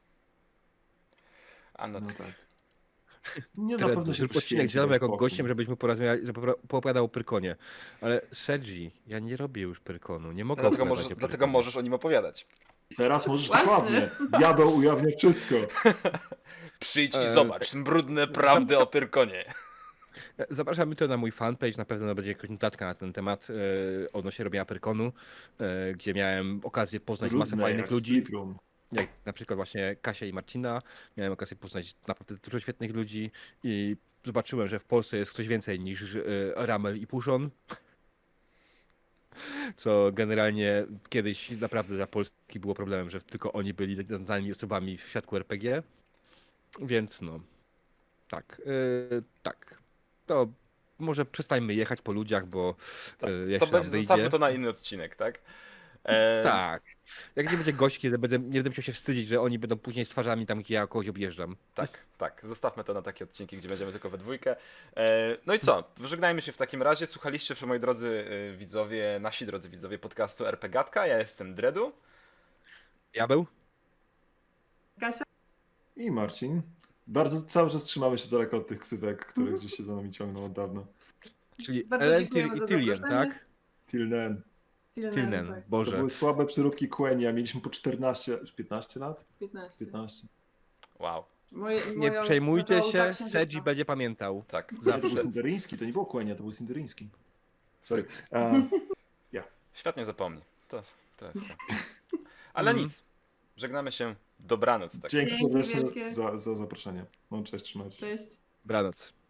S1: A no,
S3: No
S1: to...
S3: tak. Nie, na
S2: Dread,
S3: pewno się
S2: zrób odcinek
S3: poświęci
S2: z Jelwą
S3: tak
S2: jako
S3: spokój.
S2: gościem, żebyśmy porozmawiali, żeby poopowiadał o Pyrkonie. Ale Sergi, ja nie robię już Pyrkonu, nie mogę
S1: Dlatego,
S2: opowiadać o
S1: dlatego
S2: Pyrkonie.
S1: możesz o nim opowiadać.
S3: Teraz możesz
S4: Właśnie.
S3: dokładnie. Diabeł ujawnia wszystko.
S1: Przyjdź i
S2: E,
S1: zobacz brudne prawdy o Pyrkonie.
S2: Zapraszamy to na mój fanpage, na pewno będzie jakaś notatka na ten temat odnośnie robienia Pyrkonu, gdzie miałem okazję poznać masę
S3: Brudne
S2: fajnych
S3: jak
S2: ludzi,
S3: Sleep Room.
S2: jak na przykład właśnie Kasia i Marcina. Miałem okazję poznać naprawdę dużo świetnych ludzi i zobaczyłem, że w Polsce jest ktoś więcej niż Ramel i Puszon. Co generalnie kiedyś naprawdę dla Polski było problemem, że tylko oni byli znanymi osobami w świadku RPG. Więc no, tak, tak. To może przestańmy jechać po ludziach, bo jak
S1: To
S2: się nam
S1: będzie,
S2: wyjdzie.
S1: zostawmy to na inny odcinek, tak?
S2: Tak. Jak nie będzie gości, nie będę musiał się wstydzić, że oni będą później z twarzami tam, gdzie ja kogoś objeżdżam.
S1: Tak. Zostawmy to na takie odcinki, gdzie będziemy tylko we dwójkę. No i co? Żegnajmy się w takim razie. Słuchaliście, moi drodzy widzowie, nasi drodzy widzowie podcastu RPGatka. Ja jestem Dredu.
S2: Diabeł?
S4: Kasia?
S3: I Marcin. Bardzo cały czas trzymamy się daleko od tych ksywek, które gdzieś się za nami ciągną od dawna.
S2: Czyli
S4: Bardzo
S2: Elentyr
S4: dziękujemy
S2: i
S4: za
S2: Tylian,
S4: zaproszenie.
S2: tak?
S3: Till then.
S2: Tylnen,
S4: Tak,
S3: To
S2: Boże.
S3: były słabe przyróbki Quenya. Mieliśmy po 14, 15 lat?
S4: 15.
S3: 15.
S1: Wow,
S2: Nie przejmujcie
S4: zaczęła
S2: się,
S4: łza księżyca.
S2: Sedzi będzie pamiętał.
S1: tak.
S3: Nie, to był
S2: Zawsze.
S3: Sinderyński, to nie było Quenya, to był Sinderyński. Sorry.
S1: Świetnie zapomnij. To jest to. Ale
S2: Mhm.
S1: nic. Żegnamy się. Dobranoc. Tak.
S3: Dzięki
S4: Dzięki
S3: serdecznie
S4: wielkie.
S3: za zaproszenie. No cześć, trzymajcie się.
S4: Cześć.
S2: Dobranoc.